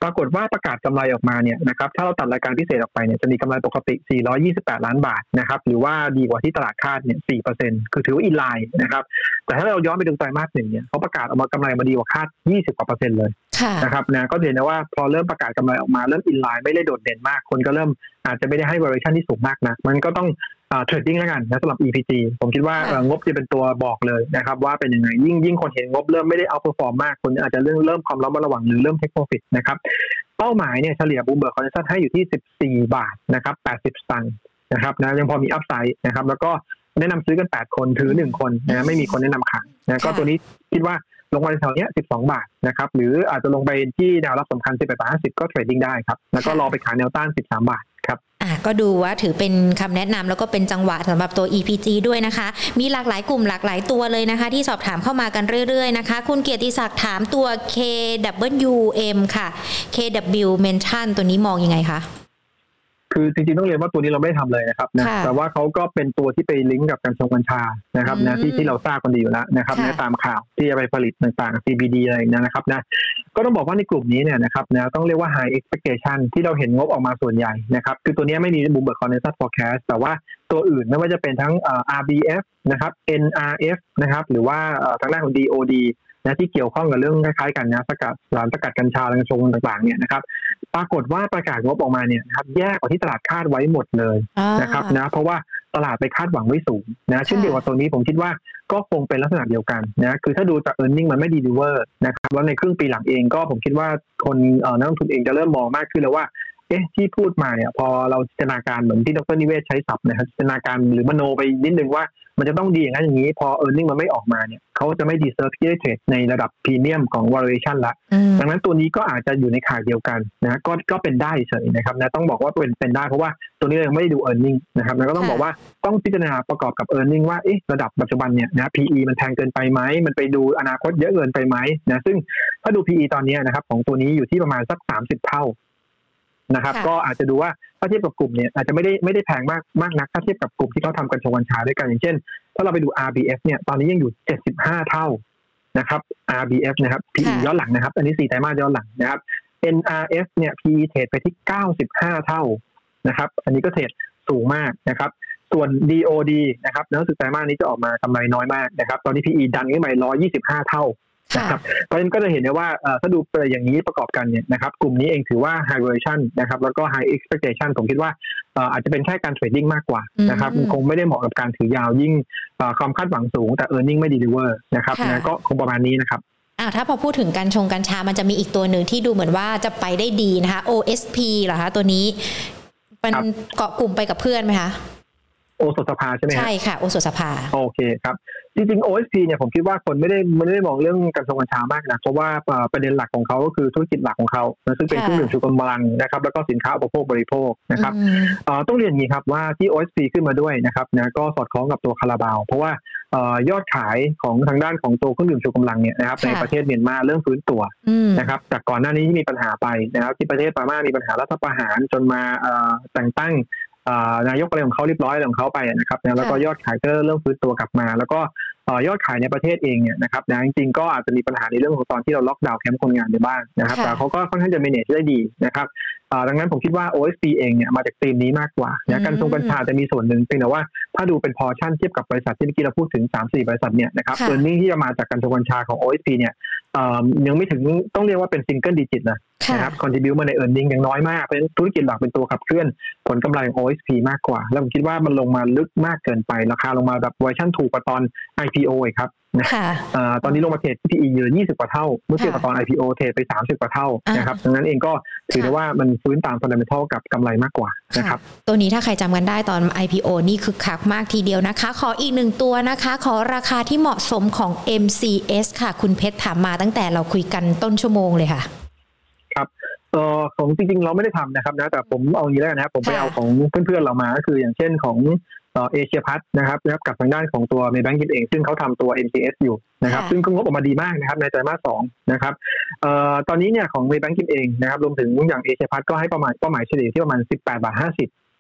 ปรากฏว่าประกาศกำไรออกมาเนี่ยนะครับถ้าเราตัดรายการพิเศษออกไปเนี่ยจะมีกำไรปกติ428ล้านบาทนะครับหรือว่าดีกว่าที่ตลาดคาดเนี่ย 4% คือถือว่าอินไลน์นะครับแต่ถ้าเราย้อนไปดูไตรมาส1เนี่ยเขาประกาศออกมากำไรมาดีกว่าคาด20%เลยนะครับนะก็เห็นนะว่าพอเริ่มประกาศกำไรออกมาเริ่มอินไลน์ไม่ได้โดดเด่นมากคนก็เริ่มอาจจะไม่ได้ให้ valuation ที่สูงมากนะมันก็ต้องเทรดดิ้งแล้วกันนะสำหรับ EPG ผมคิดว่างบจะเป็นตัวบอกเลยนะครับว่าเป็นยังไงยิ่งคนเห็นงบเริ่มไม่ได้เอาเปอร์ฟอร์มมากคนอาจจะเริ่มความระวังหรือเริ่มเทคโปรฟิตนะครับเป้าหมายเนี่ยเฉลี่ยบูมเบิร์กคอนเซนซัสให้อยู่ที่14 บาทนะครับ80 สตางค์นะครับนะยังพอมีอัพไซด์นะครับแล้วก็แนะนำซื้อกัน8คนถือ1คนนะไม่มีคนแนะนำขายนะก็ตัวนี้คิดว่าลงมาแถวนี้12 บาทนะครับหรืออาจจะลงไปที่แนวรับสำคัญ11.50 บาทก็เทรดดิ้งได้ครับแล้วก็รอไปขายแนวต้าน13 บาทครับก็ดูว่าถือเป็นคำแนะนำแล้วก็เป็นจังหวะสำหรับตัว EPG ด้วยนะคะมีหลากหลายกลุ่มหลากหลายตัวเลยนะคะที่สอบถามเข้ามากันเรื่อยๆนะคะคุณเกียรติศักดิ์ถามตัว KWM ค่ะ KW Mention ตัวนี้มองยังไงคะคือจริงๆต้องเรียนว่าตัวนี้เราไม่ได้ทำเลยนะครับนะแต่ว่าเขาก็เป็นตัวที่ไปลิงก์กับกัญชานะครับนะที่เราทราบกันดีอยู่แล้วนะครับนะตามข่าวที่จะไปผลิตต่างๆ CBD อะไรนะครับนะก็ต้องบอกว่าในกลุ่มนี้เนี่ยนะครับนะต้องเรียกว่า high expectation ที่เราเห็นงบออกมาส่วนใหญ่นะครับคือตัวนี้ไม่มี Bloomberg Consensus Forecast แต่ว่าตัวอื่นไม่ว่าจะเป็นทั้งRBF นะครับ NRF นะครับหรือว่าทางด้านของ DODนะที่เกี่ยวข้องกับเรื่องคล้ายๆกันนะสารสกัดกัญชาและกัญชงต่างๆเนี่ยนะครับปรากฏว่าประกาศงบออกมาเนี่ยนะครับแย่กว่าที่ตลาดคาดไว้หมดเลยนะครับนะเพราะว่าตลาดไปคาดหวังไว้สูงนะเช่นเดียวกับตัวนี้ผมคิดว่าก็คงเป็นลักษณะเดียวกันนะคือถ้าดูจาก earning มันไม่ดี deliver นะครับแล้วในครึ่งปีหลังเองก็ผมคิดว่าคนนักลงทุนเองจะเริ่มมองมากขึ้นแล้วว่าที่พูดมาเนี่ยพอเราจินตนาการเหมือนที่ดร.นิเวศใช้ศัพท์นะครับจินตนาการหรือมโนไปนิดนึงว่ามันจะต้องดีอย่างนั้นอย่างนี้พอ earning มันไม่ออกมาเนี่ยเขาจะไม่ deserve ที่ได้เทรดในระดับพรีเมียมของ valuation ละดังนั้นตัวนี้ก็อาจจะอยู่ในข่ายเดียวกันนะก็เป็นได้เฉยนะครับนะต้องบอกว่าเป็นได้เพราะว่าตัวนี้ยังไม่ได้ดู earning นะครับแล้วก็ต้องบอกว่าต้องพิจารณาประกอบกับ earning ว่าระดับปัจจุบันเนี่ยนะ PE มันแพงเกินไปไหมมันไปดูอนาคตเยอะเกินไปไหมนะซึ่งถ้าดู PE ตอนนี้นะครับของตัวนี้อยู่ที่ประมาณสัก30 เท่านะครับก็อาจจะดูว่าถ้าเทียบกับกลุ่มเนี่ยอาจจะไม่ได้แพงมากนักถ้าเทียบกับกลุ่มที่เขาทำกัญชาด้วยกันอย่างเช่นถ้าเราไปดู RBF เนี่ยตอนนี้ยังอยู่75 เท่านะครับ RBF นะครับ PE ย้อนหลังนะครับอันนี้4 ไตรมาสย้อนหลังนะครับ NRF เนี่ย PE เทรดไปที่95 เท่านะครับอันนี้ก็เทรดสูงมากนะครับส่วน DOD นะครับแล้วไตรมาสนี้จะออกมากำไรน้อยมากนะครับตอนนี้ PE ดันขึ้นไป125 เท่านะครับเพราะฉะนั้นก็จะเห็นได้ว่าถ้าดูอย่างนี้ประกอบกันเนี่ยนะครับกลุ่มนี้เองถือว่า high valuation นะครับแล้วก็ high expectation ผมคิดว่าอาจจะเป็นแค่การเทรดดิ้งมากกว่านะครับคงไม่ได้เหมาะกับการถือยาวยิ่งความคาดหวังสูงแต่ earning ไม่ deliver นะครับนะก็คงประมาณนี้นะครับถ้าพอพูดถึงกัญชามันจะมีอีกตัวหนึ่งที่ดูเหมือนว่าจะไปได้ดีนะคะ OSP เหรอคะตัวนี้มันเกาะกลุ่มไปกับเพื่อนไหมคะโอสถสภาใช่ไหมครับใช่ค่ะโอสถสภาโอเคครับจริงๆ OSP เนี่ยผมคิดว่าคนไม่ได้มองเรื่องกัญชามากนะเพราะว่าประเด็นหลักของเขาก็คือธุรกิจหลักของเขาซึ่งเป็นเครื่องดื่มชูกำลังนะครับแล้วก็สินค้าอุปโภคบริโภคนะครับต้องเรียนอย่างนี้ครับว่าที่ OSP ขึ้นมาด้วยนะครับนะก็สอดคล้องกับตัวคาราบาวเพราะว่ายอดขายของทางด้านของตัวเครื่องดื่มชูกำลังเนี่ยนะครับในประเทศเมียนมาเริ่มฟื้นตัวนะครับจากก่อนหน้านี้ที่มีปัญหาไปนะครับที่ประเทศพม่ามีปัญหารัฐประหารจนมาแต่งตั้งนายกอะไรของเขาเรียบร้อยของเขาไปนะครับแล้วก็ยอดขายก็เริ่มฟื้นตัวกลับมาแล้วก็ยอดขายในประเทศเองเนี่ยนะครับจริงๆก็อาจจะมีปัญหาในเรื่องของตอนที่เราล็อกดาวน์แคมป์คนงานในบ้านนะครับแต่เขาก็ค่อนข้างจะ manage ได้ดีนะครับดังนั้นผมคิดว่า OSP เองเนี่ยมาจากธีมนี้มากกว่ากัญชาจะมีส่วนหนึ่งเพียงแต่ว่าถ้าดูเป็นพอร์ชั่นเทียบกับบริษัทที่เมื่อกี้เราพูดถึง 3-4 บริษัทเนี่ยนะครับส่วนนี้ที่จะมาจากกัญชาของ OSP เนี่ยยังไม่ถึงต้องเรียกว่าเป็นซิงเกิลดิจิตนะครับคอนทริบิวต์มาใน earning ยังน้อยมากเพราะฉะนั้นธุรกิจหลักเป็นตัวขับเคลื่อนผลกำไรของ OSP มากกว่าแล้วผมคิดว่ามันลงมาลึกมากเกินไปราคาลงมาแบบเวอร์ชั่นถูกกว่าตอน IPO อีกครับนะตอนนี้ลงมาเทรด PE เยอะ20 กว่าเท่าเมื่อเทียบกับตอน IPO เทรดไป30 กว่าเท่านะครับดังนั้นเองก็ถือได้ว่ามันฟื้นตาม fundamental กับกำไรมากกว่านะครับตัวนี้ถ้าใครจำกันได้ตอน IPO นี่คึกคักมากทีเดียวนะคะขออีกหนึ่งตัวนะคะขอราคาที่เหมาะสมของ MCS ค่ะคุณเพชรถามมาตั้งแต่เราคุยกันต้นชั่วโมงเลยค่ะครับของจริงๆเราไม่ได้ทำนะครับนะแต่ผมเอาอย่างนี้แล้วนะครับผมไปเอาของเพื่อนๆเรามาก็คืออย่างเช่นของเอเชียพัทนะครับกับทางด้านของตัวเมย์แบงก์กิฟเองซึ่งเขาทำตัว MCS อยู่นะครับซึ่งก็งบออกมาดีมากนะครับในไตรมาส 2นะครับตอนนี้เนี่ยของเมย์แบงก์กิฟเองนะครับรวมถึงอย่างเอเชียพัทก็ให้เป้าหมายเฉลี่ยที่ประมาณ18.50 บาท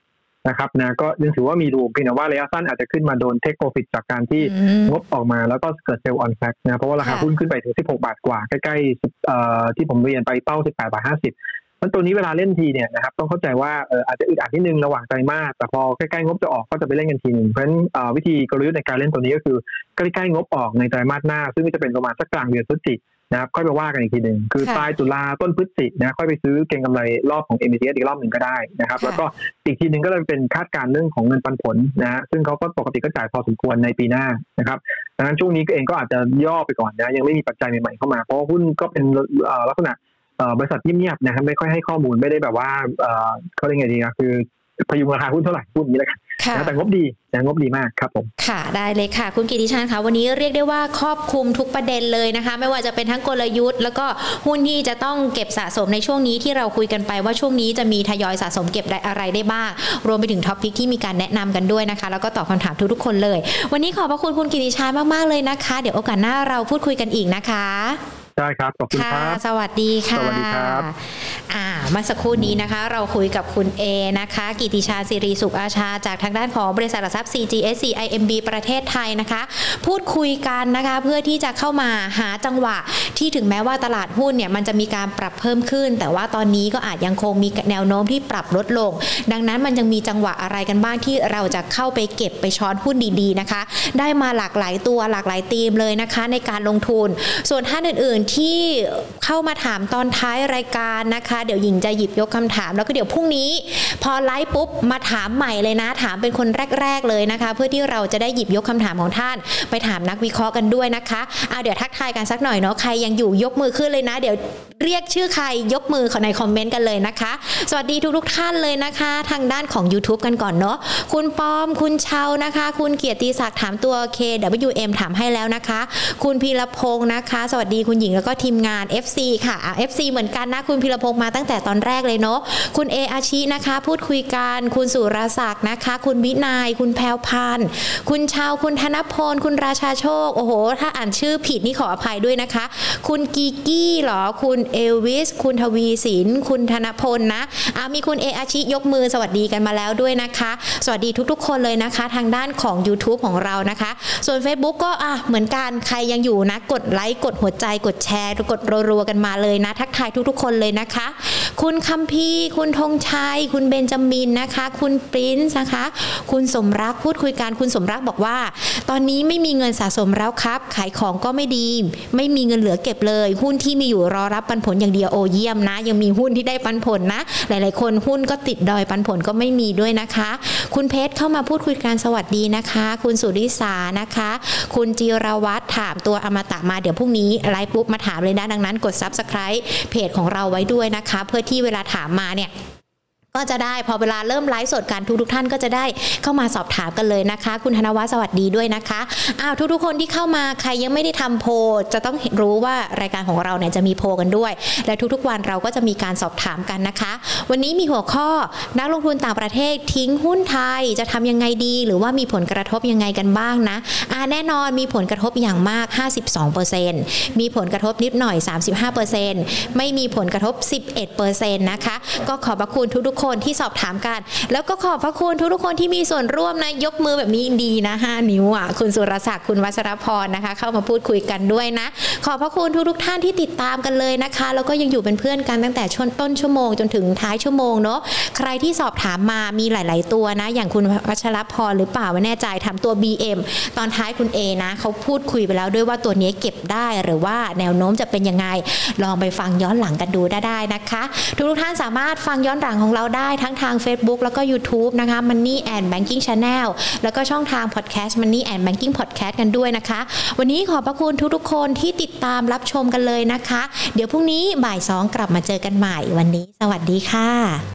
นะครับนะก็ยังถือว่ามีรูมเพียงแต่ว่าระยะสั้นอาจจะขึ้นมาโดนเทคโปรฟิตจากการที่งบออกมาแล้วก็เกิดเซลล์ออนแฟกนะเพราะว่าราคาหุ้นขึ้นไปถึง16 บาทกว่าใกล้ๆที่ผมเรียนไปเป้า18.50 บาทมันตัวนี้เวลาเล่นทีเนี่ยนะครับต้องเข้าใจว่าอาจจะอึดอัดนิดนึงระหว่างไตรมาสแต่พอใกล้ๆงบจะออกก็จะไปเล่นกันทีนึงเพราะฉะนั้นวิธีกลยุทธ์ในการเล่นตัวนี้ก็คือใกล้ๆงบออกในไตรมาสหน้าซึ่งจะเป็นประมาณสักกลางเดือนพฤศจิกายนนะครับค่อยไปว่ากันอีกทีนึงคือปลายตุลาต้นพฤศจิกายนนะค่อยไปซื้อเก็งกำไรรอบของ MACS อีกรอบหนึ่งก็ได้นะครับแล้วก็อีกทีนึงก็จะเป็นคาดการณ์เรื่องของเงินปันผลนะซึ่งเขาก็ปกติก็จ่ายพอสมควรในปีหน้านะครับดังนั้นช่วงนี้เองก็อาจจะย่อไปก่อนนะยังไม่มีปัจจัยใหม่ๆเข้ามาเพราะหุ้นก็เป็นลักษณะบริษัทเงียบๆนะครับไม่ค่อยให้ข้อมูลไม่ได้แบบว่าเขาเรียกไงดีนะคือพยุงราคาหุ้นเท่าไหร่หุ้นนี้เลยค่ะแต่งบดีมากครับผมค่ะได้เลยค่ะคุณกิติชัยคะวันนี้เรียกได้ว่าครอบคลุมทุกประเด็นเลยนะคะไม่ว่าจะเป็นทั้งกลยุทธ์แล้วก็หุ้นที่จะต้องเก็บสะสมในช่วงนี้ที่เราคุยกันไปว่าช่วงนี้จะมีทยอยสะสมเก็บได้อะไรได้บ้างรวมไปถึงท็อปพิกที่มีการแนะนำกันด้วยนะคะแล้วก็ตอบคำถามทุกๆคนเลยวันนี้ขอบพระคุณคุณกิติชัยมากๆเลยนะคะเดี๋ยวโอกาสหน้าเราพูดคุยกันอีกนะคะได้ครับขอบคุณครับสวัสดีค่ะสวัสดีครับเมื่อสักครู่นี้นะคะเราคุยกับคุณเอนะคะกิติชาศิริสุขอาชาจากทางด้านของบริษัทหลักทรัพย์ CGSC IMB ประเทศไทยนะคะพูดคุยกันนะคะเพื่อที่จะเข้ามาหาจังหวะที่ถึงแม้ว่าตลาดหุ้นเนี่ยมันจะมีการปรับเพิ่มขึ้นแต่ว่าตอนนี้ก็อาจยังคงมีแนวโน้มที่ปรับลดลงดังนั้นมันยังมีจังหวะอะไรกันบ้างที่เราจะเข้าไปเก็บไปช้อนหุ้นดีๆนะคะได้มาหลากหลายตัวหลากหลายธีมเลยนะคะในการลงทุนส่วนท่านอื่นๆที่เข้ามาถามตอนท้ายรายการนะคะเดี๋ยวหญิงจะหยิบยกคำถามแล้วก็เดี๋ยวพรุ่งนี้พอไลฟ์ปุ๊บมาถามใหม่เลยนะถามเป็นคนแรกๆเลยนะคะเพื่อที่เราจะได้หยิบยกคำถามของท่านไปถามนักวิเคราะห์กันด้วยนะคะเดี๋ยวทักทายกันสักหน่อยเนาะใครยังอยู่ยกมือขึ้นเลยนะเดี๋ยวเรียกชื่อใครยกมือในคอมเมนต์กันเลยนะคะสวัสดีทุกท่านเลยนะคะทางด้านของ YouTube กันก่อนเนาะคุณปอมคุณเชานะคะคุณเกียรติศักดิ์ถามตัว KWM ถามให้แล้วนะคะคุณพีรพงศ์นะคะสวัสดีคุณหญิงแล้วก็ทีมงาน FC ค่ะ FC เหมือนกันนะคุณพีรพงศ์มาตั้งแต่ตอนแรกเลยเนาะคุณเออาชินะคะพูดคุยกันคุณสุรศักดิ์นะคะคุณวินัยคุณแพรวพันธ์คุณเชาคุณธนพลคุณราชาโชคโอ้โหถ้าอ่านชื่อผิดนี่ขออภัยด้วยนะคะคุณกีกี้หรอคุณเอลวิสคุณทวีศิลป์คุณธนพลนะมีคุณเออาชิยกมือสวัสดีกันมาแล้วด้วยนะคะสวัสดีทุกๆคนเลยนะคะทางด้านของ YouTube ของเรานะคะส่วน Facebook ก็เหมือนกันใครยังอยู่นะกดไลค์กดหัวใจกดแชร์กดรัวๆกันมาเลยนะทักทายทุกๆคนเลยนะคะคุณคัมพีคุณธงชัยคุณเบนจามินนะคะคุณปรินซ์นะคะคุณสมรักพูดคุยกันคุณสมรักบอกว่าตอนนี้ไม่มีเงินสะสมแล้วครับขายของก็ไม่ดีไม่มีเงินเหลือเก็บเลยหุ้นที่มีอยู่รอรับปันผลอย่างเดียวโอเยี่ยมนะยังมีหุ้นที่ได้ปันผลนะหลายๆคนหุ้นก็ติดดอยปันผลก็ไม่มีด้วยนะคะคุณเพชรเข้ามาพูดคุยกันสวัสดีนะคะคุณสุริสานะคะคุณจิรวัฒน์ถามตัวอมตะมาเดี๋ยวพรุ่งนี้ไลฟ์ปุ๊บมาถามเลยนะดังนั้นกด Subscribe เพจของเราไว้ด้วยนะคะเพื่อที่เวลาถามมาเนี่ยก็จะได้พอเวลาเริ่มไลฟ์สดกันทุกท่านก็จะได้เข้ามาสอบถามกันเลยนะคะคุณธนวัฒน์สวัสดีด้วยนะคะทุกคนที่เข้ามาใครยังไม่ได้ทำโพลจะต้องรู้ว่ารายการของเราเนี่ยจะมีโพลกันด้วยและทุกๆวันเราก็จะมีการสอบถามกันนะคะวันนี้มีหัวข้อนักลงทุนต่างประเทศทิ้งหุ้นไทยจะทำยังไงดีหรือว่ามีผลกระทบยังไงกันบ้างนะแน่นอนมีผลกระทบอย่างมาก 52% มีผลกระทบนิดหน่อย 35% ไม่มีผลกระทบ 11% นะคะก็ขอบพระคุณทุกๆคนที่สอบถามกันแล้วก็ขอบพระคุณทุกคนที่มีส่วนร่วมนะยกมือแบบนี้ดีนะ5นิ้วคุณสุรศักดิ์คุณวัชรพรนะคะเข้ามาพูดคุยกันด้วยนะขอบพระคุณทุกท่านที่ติดตามกันเลยนะคะแล้วก็ยังอยู่เป็นเพื่อนกันตั้งแต่ช่วงต้นชั่วโมงจนถึงท้ายชั่วโมงเนาะใครที่สอบถามมามีหลายๆตัวนะอย่างคุณวัชรพรหรือเปล่าไม่แน่ใจถามตัว BM ตอนท้ายคุณ A นะเขาพูดคุยไปแล้วด้วยว่าตัวนี้เก็บได้หรือว่าแนวโน้มจะเป็นยังไงลองไปฟังย้อนหลังกันดูได้นะคะทุกท่านสามารถฟังย้อนหลังของเราได้ทั้งทาง Facebook แล้วก็ YouTube นะคะ Money and Banking Channel แล้วก็ช่องทาง Podcast Money and Banking Podcast กันด้วยนะคะวันนี้ขอบพระคุณทุกๆคนที่ติดตามรับชมกันเลยนะคะเดี๋ยวพรุ่งนี้บ่าย 2กลับมาเจอกันใหม่วันนี้สวัสดีค่ะ